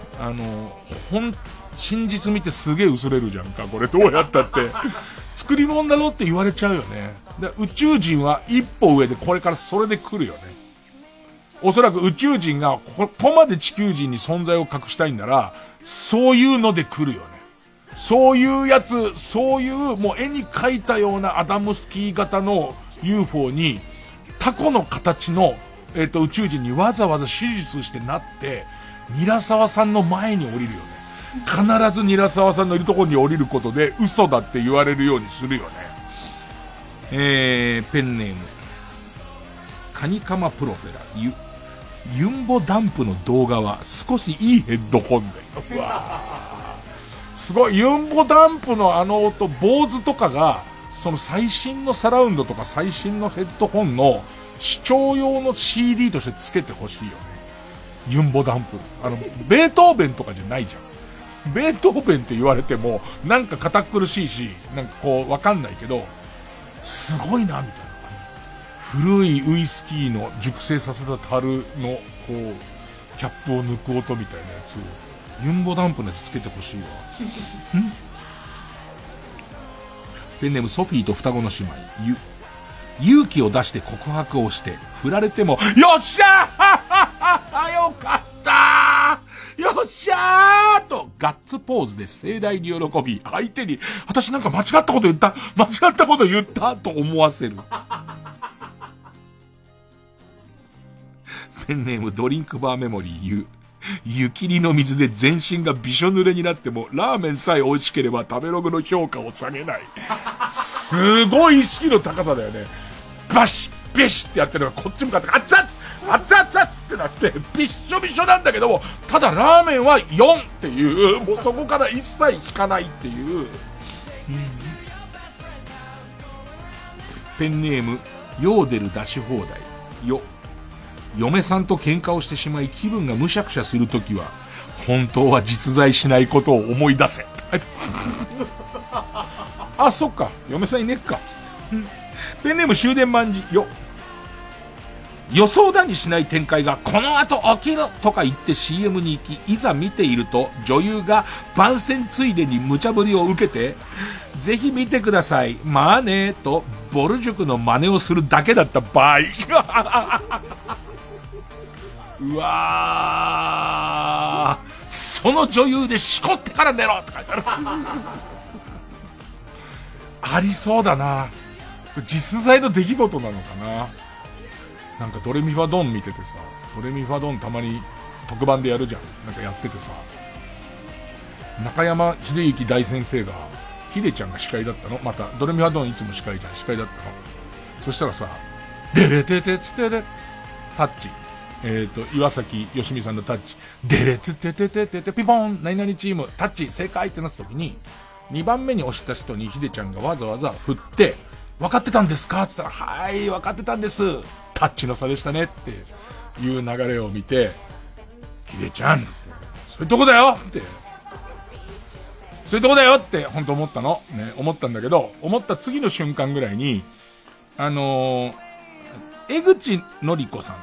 真実見てすげえ薄れるじゃんか、これどうやったって。作り物だろって言われちゃうよね。で、宇宙人は一歩上でこれからそれで来るよね。おそらく宇宙人がここまで地球人に存在を隠したいんなら、そういうので来るよね。そういうやつ、そういうもう絵に描いたようなアダムスキー型の UFO に、タコの形の、宇宙人にわざわざ手術してなって、ニラサワさんの前に降りるよね。必ずニラサワさんのいるところに降りることで嘘だって言われるようにするよね。ペンネームカニカマプロフェラユンボダンプの動画は少しいいヘッドホンだよ。うわすごい。ユンボダンプの音、坊主とかがその最新のサラウンドとか最新のヘッドホンの視聴用の CD としてつけてほしいよね。ユンボダンプ。ベートーベンとかじゃないじゃん。ベートーベンって言われても、なんか堅苦しいし、なんかこう、わかんないけど、すごいな、みたいな。古いウイスキーの熟成させた樽の、こう、キャップを抜く音みたいなやつを、ユンボダンプのやつつけてほしいわ。ペンネームソフィーと双子の姉妹。勇気を出して告白をして、振られても、よっしゃーよかったーよっしゃーと、ガッツポーズで盛大に喜び、相手に、私なんか間違ったこと言ったと思わせる。ペンネームドリンクバーメモリー雪りの水で全身がびしょ濡れになっても、ラーメンさえ美味しければ食べログの評価を下げない。すごい意識の高さだよね。バシッビシッってやってるのがこっち向かって熱々ってなって、びっしょびしょなんだけども、ただラーメンは4っていう、もうそこから一切引かないっていう。ペンネーム、ヨーデル出し放題。嫁さんと喧嘩をしてしまい気分がむしゃくしゃするときは、本当は実在しないことを思い出せ。あ、そっか、嫁さんいねっか、つって。ペンネーム終電万事。予想だにしない展開がこの後起きるとか言って CM に行き、いざ見ていると女優が番宣ついでに無茶ぶりを受けて、ぜひ見てください、まあねとボル塾の真似をするだけだった場合。うわー、その女優でしこってから寝ろって書いてある。ありそうだな。実在の出来事なのかな。なんかドレミファドン見ててさ、ドレミファドンたまに特番でやるじゃん。なんかやっててさ、中山秀幸大先生が、秀ちゃんが司会だったの。またドレミファドンいつも司会じゃん。司会だったの。そしたらさ、デレテテツテレタッチ、岩崎よしみさんのタッチ、デレテテテテテテピポン何々チームタッチ正解ってなった時に、2番目に押した人に秀ちゃんがわざわざ振って、分かってたんですかって言ったら、はい、分かってたんです。タッチの差でしたねっていう流れを見て、秀ちゃん、そういうとこだよって、そういうとこだよって本当思ったの。ね、思ったんだけど、思った次の瞬間ぐらいに、江口のり子さん、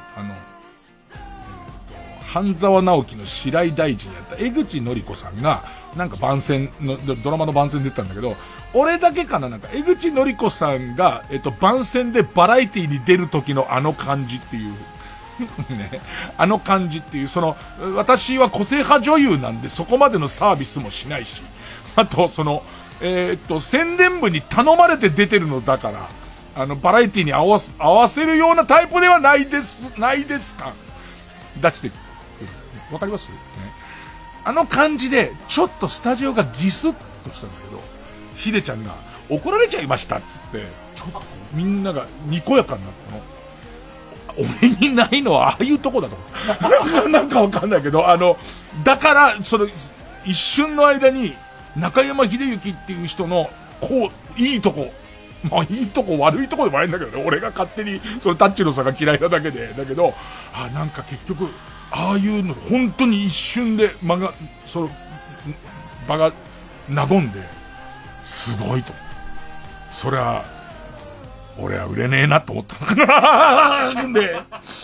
半沢直樹の白井大臣やった江口のり子さんが、なんか番宣の、ドラマの番宣出てたんだけど、俺だけかな、なんか江口のり子さんが、番宣でバラエティに出る時のあの感じっていう、ね、あの感じっていう、その、私は個性派女優なんでそこまでのサービスもしないし、あと、その、宣伝部に頼まれて出てるのだから、バラエティに合わせるようなタイプではないですか出してくる。わかります、ね、あの感じで、ちょっとスタジオがギスッとしたんだけど、ひでちゃんが怒られちゃいましたっつって、ちょっとみんながにこやかになったの。俺にないのはああいうとこだと思う。なんかわかんないけど、だから、その、一瞬の間に、中山秀幸っていう人の、こう、いいとこ、まあいいとこ悪いとこでもないんだけどね、俺が勝手に、そのタッチの差が嫌いなだけで、だけど、なんか結局、ああいうの、本当に一瞬で場が和んで、すごいと思った。そりゃ、俺は売れねえなと思ったんで、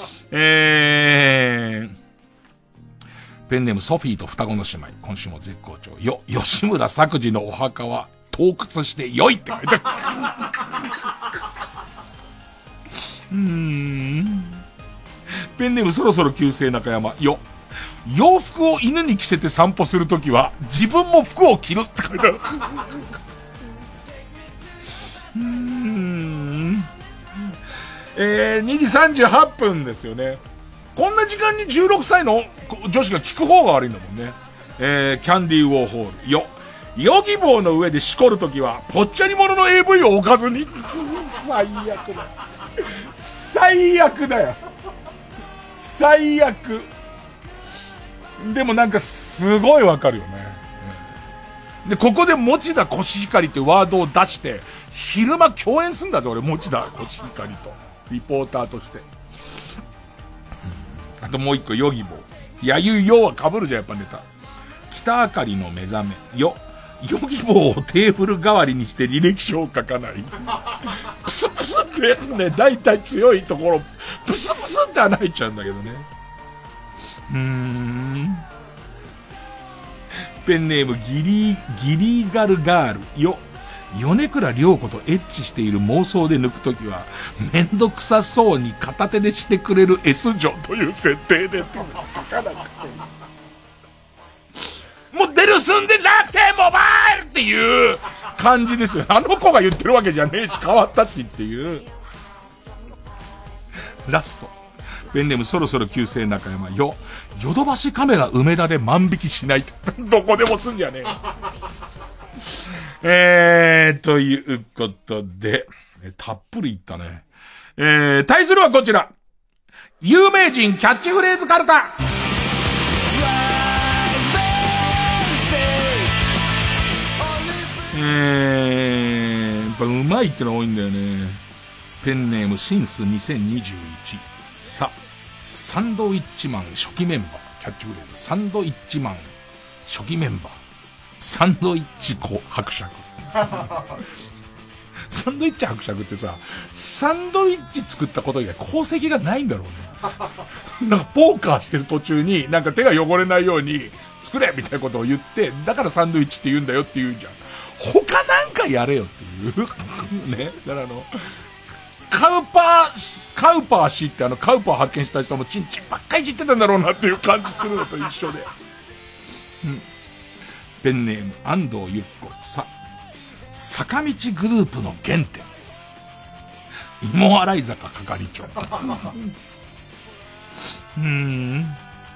ペンネームソフィーと双子の姉妹、今週も絶好調。吉村作治のお墓は盗掘して良いって書いてある。ペンネームそろそろ旧姓中山。洋服を犬に着せて散歩するときは自分も服を着るって書いてある。2時38分ですよね。こんな時間に16歳の女子が聞く方が悪いんだもんね。キャンディーウォーホール。ヨギボーの上でしこるときはぽっちゃりものの AV を置かずに。最悪だ。最悪だよ。最悪。でもなんかすごいわかるよね。 で、ここで持田コシヒカリってワードを出して、昼間共演すんだぞ、俺、持田コシヒカリと。リポーターとして。あともう一個、ヨギボー。やゆよは被るじゃん、やっぱネタ。北あかりの目覚め。ヨギボーをテーブル代わりにして履歴書を書かない。プスプスってね、だいたい強いところ、プスプスって穴開いちゃうんだけどね。ペンネームギリーガルガール。米倉涼子とエッチしている妄想で抜くときは、めんどくさそうに片手でしてくれる S 女という設定で書かなくて。もう出る寸前楽天モバイルっていう感じですよ。あの子が言ってるわけじゃねえし、変わったしっていう。ラスト。ペンネームそろそろ旧姓中山。ヨドバシカメラ梅田で万引きしないってどこでもすんじゃねえ。ということで、たっぷりいったね。対するはこちら。有名人キャッチフレーズカルタ。やっぱうまいっての多いんだよね。ペンネームシンス2021。サンドイッチマン初期メンバー。キャッチフレーズ。サンドイッチマン初期メンバー。サンドイッチ伯爵。サンドイッチ伯爵ってさ、サンドイッチ作ったこと以外功績がないんだろうね。なんかポーカーしてる途中になんか手が汚れないように作れみたいなことを言って、だからサンドイッチって言うんだよって言うじゃん。他なんかやれよっていうね。だからカウパー氏ってカウパー発見した人もチンチンばっかりいじってたんだろうなっていう感じするのと一緒で。ペンネーム安藤ゆっこ。坂道グループの原点。芋洗坂係長。ペン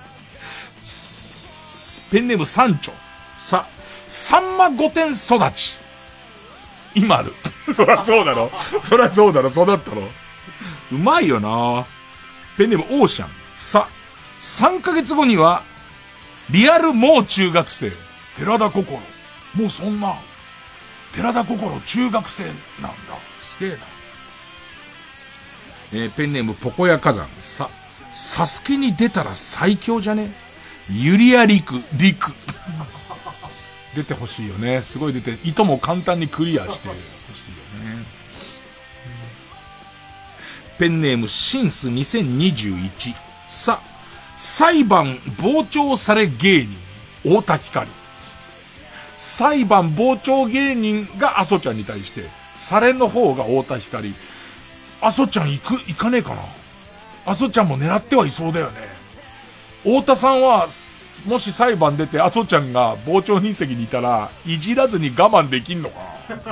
ネーム三丁。さんま御殿育ち。今ある。そらそうだろ。そらそうだろ。育ったろ。うまいよな。ペンネームオーシャン。3ヶ月後には、リアルもう中学生。寺田心。もうそんな。寺田心中学生なんだ。すげえな。ペンネームポコヤ火山。サスケに出たら最強じゃね？ユリアリク。出てほしいよね。すごい出て、糸も簡単にクリアしてほしいよね。ペンネームシンス2021。裁判傍聴され芸人、太田光。裁判傍聴芸人が阿蘇ちゃんに対して、されの方が太田光。阿蘇ちゃん行かねえかな。阿蘇ちゃんも狙ってはいそうだよね。太田さんは、もし裁判出て阿蘇ちゃんが傍聴人席にいたら、いじらずに我慢できんのかな。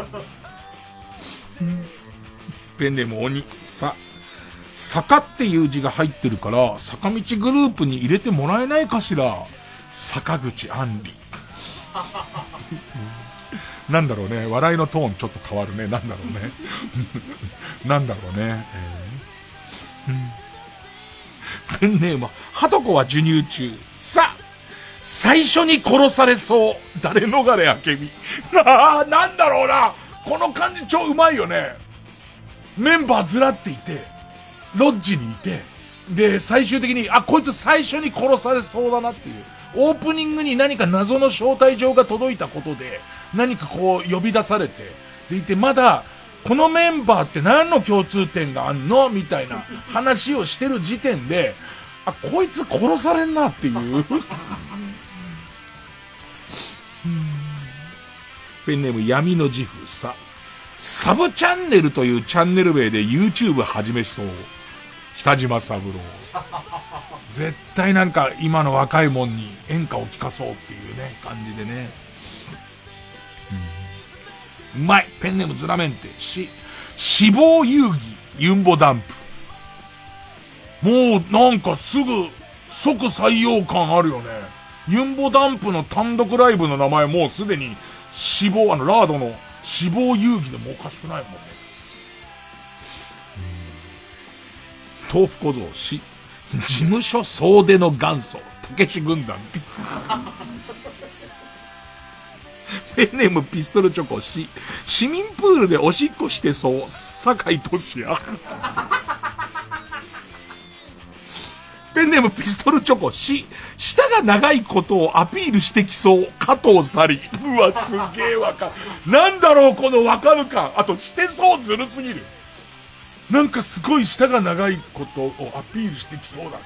ペンネーム鬼。坂っていう字が入ってるから、坂道グループに入れてもらえないかしら。坂口杏里。なんだろうね。笑いのトーンちょっと変わるね。なんだろうね。なんだろうね。ペンネーム、はとこは授乳中。最初に殺されそう。誰逃れあけみ。なんだろうな。この感じ超うまいよね。メンバーずらっていて、ロッジにいて、で、最終的に、こいつ最初に殺されそうだなっていう。オープニングに何か謎の招待状が届いたことで、何かこう呼び出されて、でいて、まだ、このメンバーって何の共通点があんのみたいな話をしてる時点で、こいつ殺されんなっていう。ペンネーム闇の自負。サブチャンネルというチャンネル名で YouTube 始めそう。北島三郎。絶対なんか今の若いもんに演歌を聴かそうっていうね、感じでね。うまい。ペンネームズラメンテ。死亡遊戯ユンボダンプ。もうなんかすぐ即採用感あるよね。ユンボダンプの単独ライブの名前もうすでに死亡、ラードの死亡遊戯でもおかしくないもんね。豆腐小僧。事務所総出の元祖たけし軍団。 ペンネームピストルチョコ市民プールでおしっこしてそう酒井俊也。ペンネームピストルチョコ市舌が長いことをアピールしてきそう加藤サリ。うわすげえわかる。なんだろうこのわかる感。あとしてそうずるすぎる。なんかすごい舌が長いことをアピールしてきそうだね。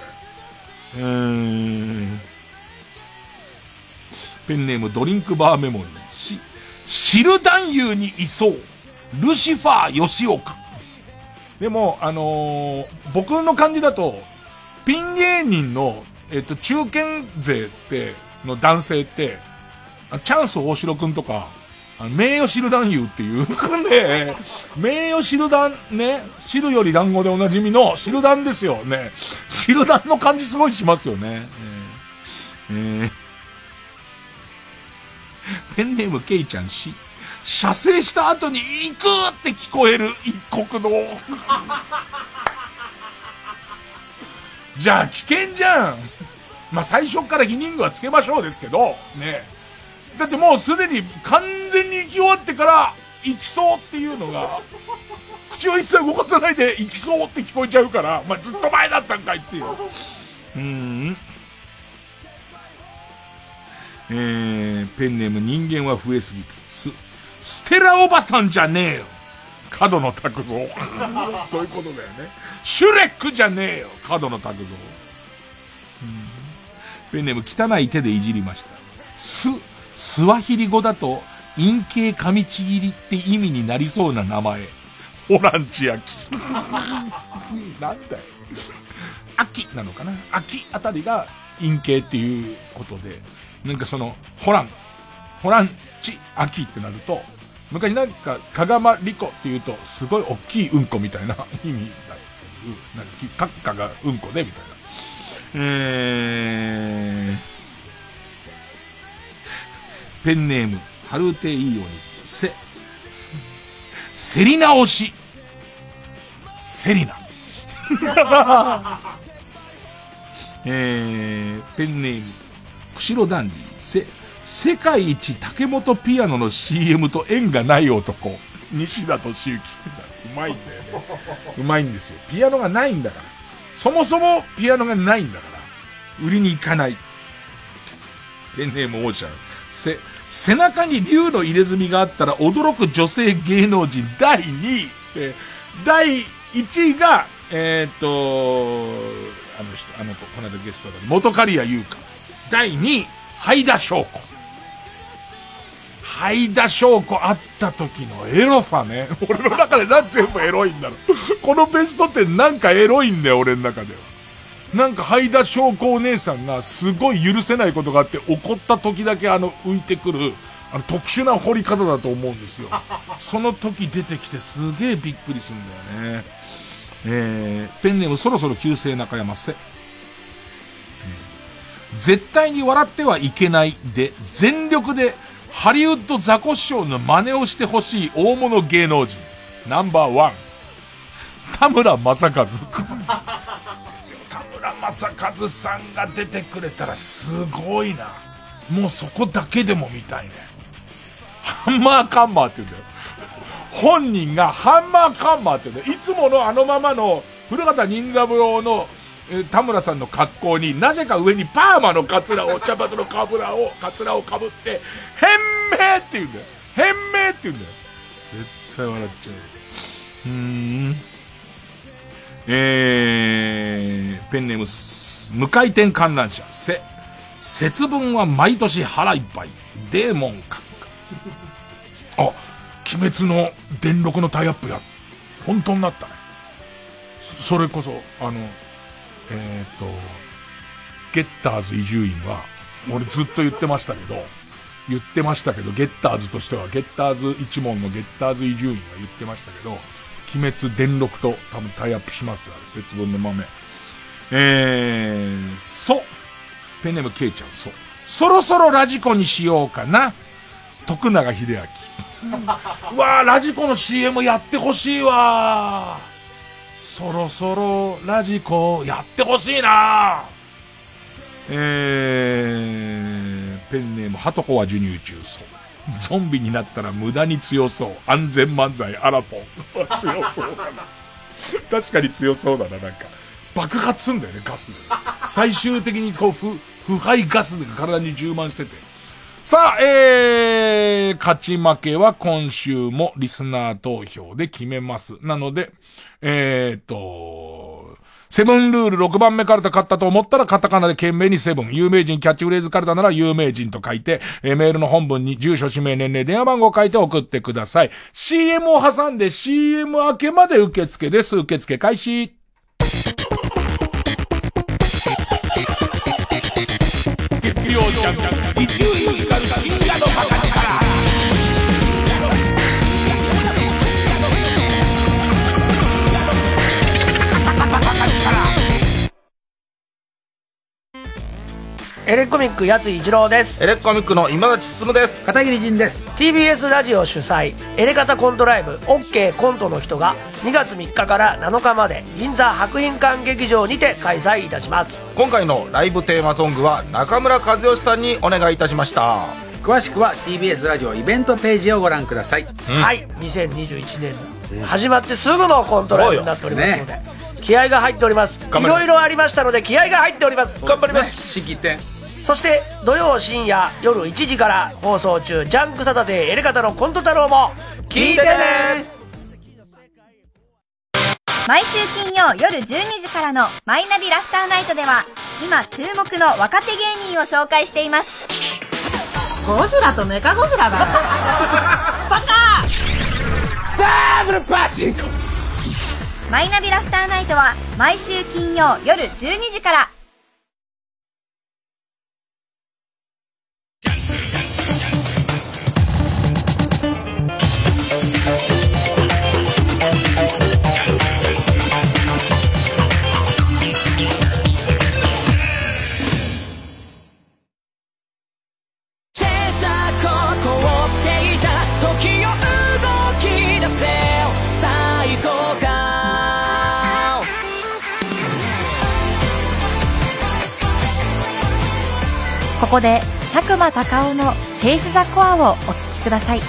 ペンネームドリンクバーメモリー知る男優にいそうルシファー吉岡。でも僕の感じだとピン芸人の中堅勢っての男性ってチャンス大城くんとか名誉知る男優っていうね、名誉知る男ね、知るより団子でおなじみの知る男ですよね。知る男の感じすごいしますよね。ペンネームケイちゃんし射精した後に行くって聞こえる一国道。じゃあ危険じゃん。まあ、最初から避妊具はつけましょうですけどね。だってもうすでに完全に行き終わってから行きそうっていうのが口を一切動かさないで行きそうって聞こえちゃうから、まあ、ずっと前だったんかいっていう。ペンネーム人間は増えすぎたステラおばさんじゃねえよ角野拓造。そういうことだよね。シュレックじゃねえよ角野拓造。ペンネーム汚い手でいじりました。スワヒリ語だと陰茎噛みちぎりって意味になりそうな名前ホラン千秋。なんだよ。秋なのかな。秋あたりが陰茎っていうことで、なんかそのホラン千秋ってなると、昔なんかかがまりこっていうとすごい大きいうんこみたいな意味だっていう、なんか閣下がうんこでみたいな。ペンネーム春うていいようにセリナ推しセリナ。ペンネーム釧路ダンディ世界一竹本ピアノの CM と縁がない男西田敏行ってうまいんだよね。うまいんですよ。ピアノがないんだから、そもそもピアノがないんだから売りに行かない。ペンネームオーシャン背中に竜の入れ墨があったら驚く女性芸能人第2位。第1位があの人この間ゲストだ元刈谷優香。第2位灰田翔子。灰田翔子会った時のエロさね。俺の中で全部エロいんだろ。このベストってなんかエロいんだよ俺の中では。なんか灰田翔子お姉さんがすごい許せないことがあって怒った時だけ浮いてくる特殊な掘り方だと思うんですよ。その時出てきてすげえびっくりするんだよね。ペンネームそろそろ旧姓中山瀬。絶対に笑ってはいけないで全力でハリウッドザコシショウの真似をしてほしい大物芸能人ナンバー1田村正和。田村正和さんが出てくれたらすごいな。もうそこだけでも見たいね。ハンマーカンマーって言うんだよ。本人がハンマーカンマーって言うんだよ。いつものあのままの古畑任三郎の田村さんの格好になぜか上にパーマのカツラを茶髪のカツラをかぶって変名って言うんだよ。変名って言うんだよ。絶対笑っちゃう。ペンネーム無回転観覧車節分は毎年腹いっぱいデーモン閣下。鬼滅の電録のタイアップ本当になったね。それこそゲッターズ伊集院は俺ずっと言ってましたけどゲッターズとしてはゲッターズ一門のゲッターズ伊集院は言ってましたけど、鬼滅電録と多分タイアップしますよ節分の豆。ペンネームケイちゃんそろそろラジコにしようかな徳永英明。うわーラジコの CM やってほしいわ。そろそろラジコやってほしいな。ペンネームハトコは授乳中ゾンビになったら無駄に強そう。安全漫才アラポン。強そうだな。確かに強そうだな、なんか。爆発すんだよね、ガスで。最終的にこう、腐敗ガスが体に充満してて。さあ、勝ち負けは今週もリスナー投票で決めます。なので、セブンルール6番目カルタ買ったと思ったらカタカナで懸命にセブン。有名人キャッチフレーズカルタなら有名人と書いて、メールの本文に住所、氏名、年齢、電話番号を書いて送ってください。CM を挟んで CM 明けまで受付です。受付開始。月曜ジャンク一流ミュージカル深夜のバカ力。 エレコミックやつ一郎です。 エレコミックの今立進です。 片桐仁です。 TBS ラジオ主催エレカタコントライブ OK コントの人が2月3日から7日まで銀座博品館劇場にて開催いたします。 今回のライブテーマソングは中村和義さんにお願いいたしました。 詳しくは TBS ラジオイベントページをご覧ください。はい、2021年始まってすぐのコントライブになっておりますので、気合が入っております。いろいろありましたので気合が入っております。頑張ります。心機一転。そして土曜深夜夜1時から放送中ジャンクサタデーエレカタのコント太郎も聞いてね。 毎週金曜夜12時からのマイナビラフターナイトでは今注目の若手芸人を紹介しています。 ゴジラとメカゴジラだバカダブルパチンコ。 マイナビラフターナイトは毎週金曜夜12時から。ここで佐久間孝夫のチェイス・ザ・コアをお聴きください。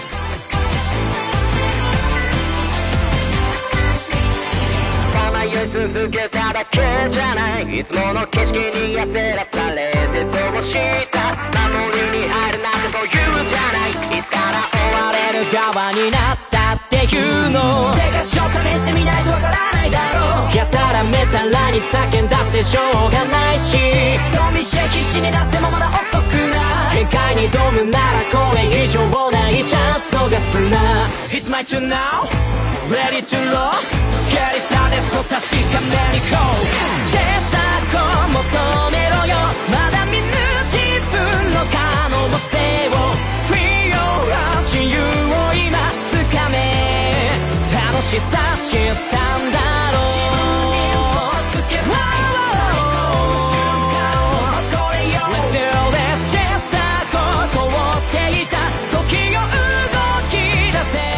続けただけじゃない、いつもの景色に焦らされてどうした守りに入るなんてそういうじゃない、いつから追われる側になったっていうの手がしょ試してみないとわからないだろう。やたらめたらに叫んだってしょうがないし、ドンビシェ必死になってもまだ遅くない、限界に挑むならこれ以上ないチャンス逃すな。 It's my turn now Ready to roll 蹴りさでそう確かめにこうチェスターコン求めろよ、まだ見ぬ自分の可能性を Free your love 自由を今掴め、楽しさ知ったんだろう。自分に嘘をつけば最高の瞬間をこれよ Let's do this チェスターコン凍っていた時を動き出せ。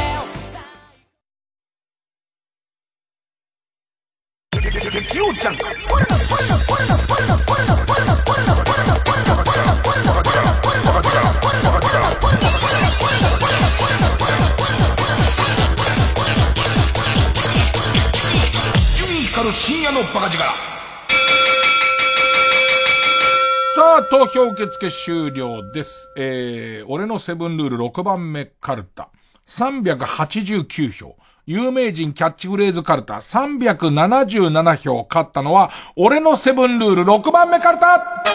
月曜ジャンク光る深夜のバカ力。さあ投票受付終了です。俺のセブンルール6番目カルタ389票、有名人キャッチフレーズカルタ377票。勝ったのは俺のセブンルール6番目カルタ。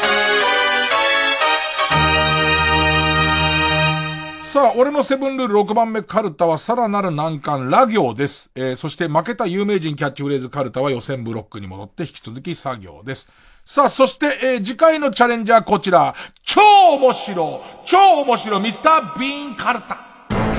さあ、俺のセブンルール6番目カルタはさらなる難関ラ行です。そして負けた有名人キャッチフレーズカルタは予選ブロックに戻って引き続き作業です。さあ、そして、次回のチャレンジャーこちら。超面白ミスター・ビーンカルタ。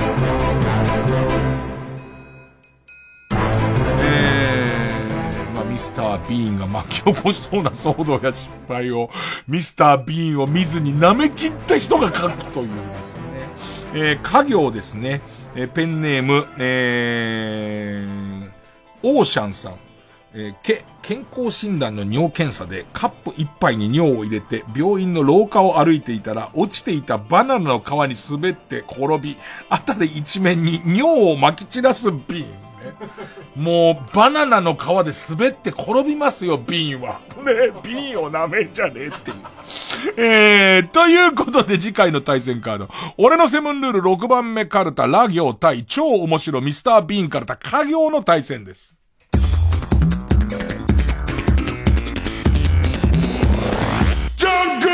ミスター・ビーンが巻き起こしそうな騒動や失敗をミスター・ビーンを見ずに舐め切った人が書くというですね。家業ですね。ペンネーム、オーシャンさん。 健康診断の尿検査でカップ一杯に尿を入れて病院の廊下を歩いていたら落ちていたバナナの皮に滑って転び、あたり一面に尿をまき散らす瓶。もうバナナの皮で滑って転びますよ、瓶は。ね、瓶を舐めんじゃねえっていう。ということで次回の対戦カード。俺のセブンルール6番目カルタ、ラ行対超面白ミスタービーンカルタ、家行の対戦です。ジャンク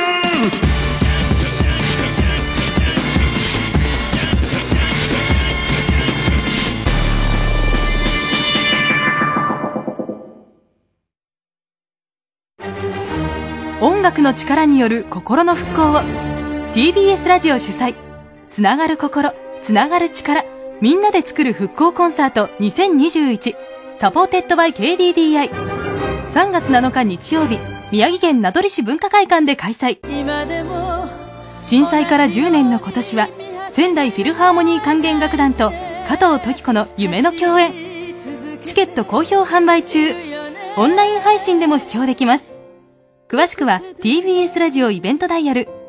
音楽の力による心の復興を TBS ラジオ主催、つながる心、つながる力、みんなで作る復興コンサート2021、サポーテッドバイ KDDI。 3月7日日曜日、宮城県名取市文化会館で開催。震災から10年の今年は、仙台フィルハーモニー管弦楽団と加藤登紀子の夢の共演。チケット好評販売中。オンライン配信でも視聴できます。詳しくは TBS ラジオイベントダイヤル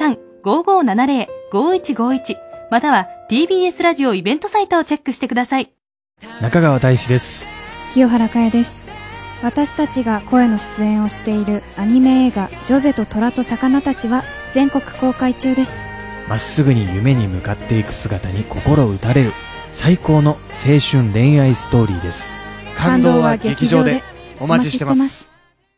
03-5570-5151 または TBS ラジオイベントサイトをチェックしてください。 中川大志です。 清原かえです。私たちが声の出演をしているアニメ映画ジョゼと虎と魚たちは全国公開中です。 まっすぐに夢に向かっていく姿に心打たれる最高の青春恋愛ストーリーです。感動は劇場でお待ちしてます。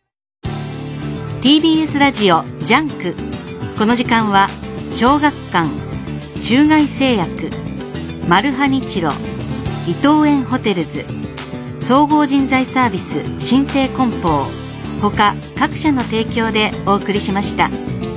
TBS ラジオジャンク。この時間は小学館、中外製薬、マルハニチロ、伊東園ホテルズ、総合人材サービス新生梱包他各社の提供でお送りしました。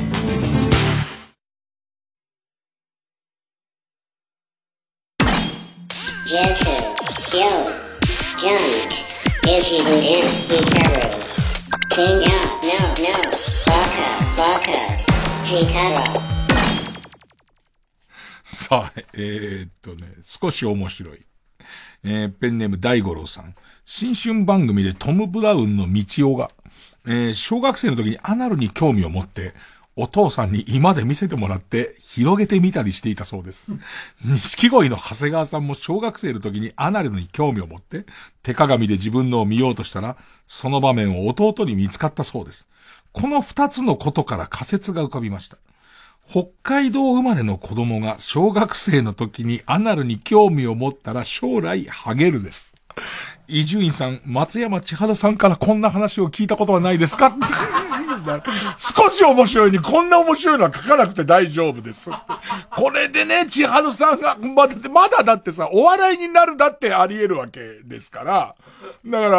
さあ、少し面白い。ペンネーム大五郎さん。新春番組でトム・ブラウンの道夫が、小学生の時にアナルに興味を持って、お父さんに居間で見せてもらって広げてみたりしていたそうです。錦鯉の長谷川さんも小学生の時にアナルに興味を持って手鏡で自分のを見ようとしたらその場面を弟に見つかったそうです。この二つのことから仮説が浮かびました。北海道生まれの子供が小学生の時にアナルに興味を持ったら将来ハゲるです。伊集院さん、松山千春さんからこんな話を聞いたことはないですか少し面白いにこんな面白いのは書かなくて大丈夫です。これでね、千春さんが、まだだってさ、お笑いになるだってあり得るわけですから。だから、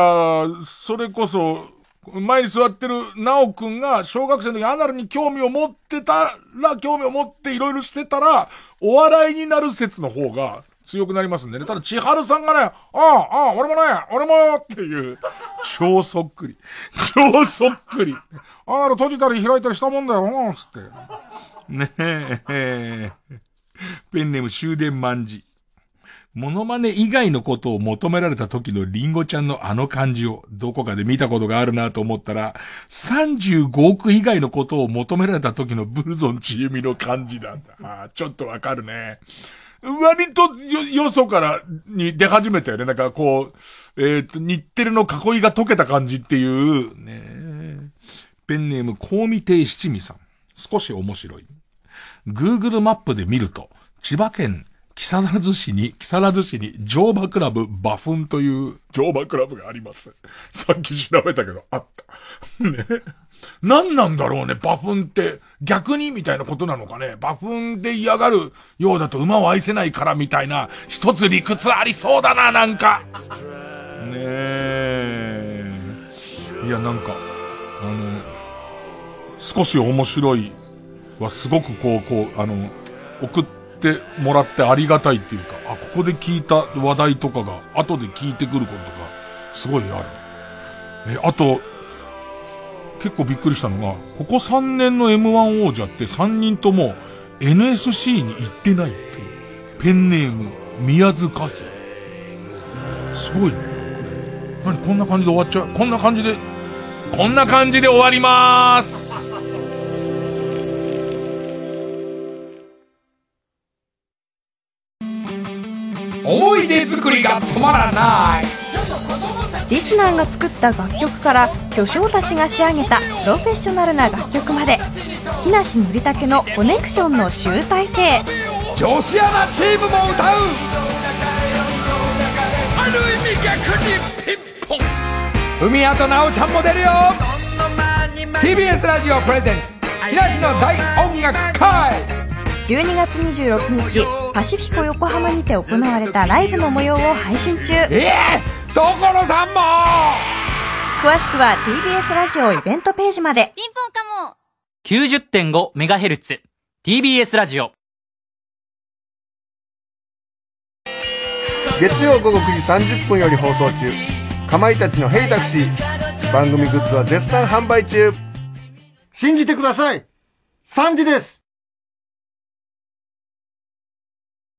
それこそ、前に座ってる直くんが小学生の時アナルに興味を持っていろいろしてたら、お笑いになる説の方が強くなりますんでね。ただ千春さんがね、俺もっていう、超そっくり。アナル閉じたり開いたりしたもんだよ、つって。ねえ。ペンネーム終電万事。モノマネ以外のことを求められた時のリンゴちゃんのあの感じをどこかで見たことがあるなと思ったら、35億以外のことを求められた時のブルゾンちゆみの感じなんだ。ちょっとわかるね。割とよそからに出始めたよね。なんかこう、日テレの囲いが解けた感じっていう、ね。ペンネームコウミテイ七味さん。少し面白い。Google マップで見ると、千葉県木更津市に乗馬クラブバフンという乗馬クラブがあります。さっき調べたけど、あった。ね。何なんだろうね、バフンって。逆にみたいなことなのかね。バフンで嫌がるようだと馬を愛せないからみたいな、一つ理屈ありそうだな、なんか。ねえ。いや、なんか、少し面白いはすごく送ってもらってありがたいっていうか、ここで聞いた話題とかが後で聞いてくることとかすごいある。あと結構びっくりしたのが、ここ3年の M1 王者って3人とも NSC に行ってないっていう。ペンネーム宮津可否。すごいね。 何こんな感じで終わっちゃう？こんな感じで終わりまーす。 思い出作りが止まらない。 リスナーが作った楽曲から巨匠たちが仕上げたプロフェッショナルな楽曲まで、木梨憲武のコネクションの集大成。 女子アナチームも歌う。ある意味逆にピンポン。海谷と奈緒ちゃんも出るよ。 TBS ラジオプレゼンツ木梨の大音楽会。 12月26日パシフィコ横浜にて行われたライブの模様を配信中。 所さんも。 詳しくは TBS ラジオイベントページまで。 ピンポンかも。 90.5MHz TBS ラジオ。 月曜午後9時30分より放送中、かまいたちのヘイタクシー。番組グッズは絶賛販売中。 信じてください、3時です。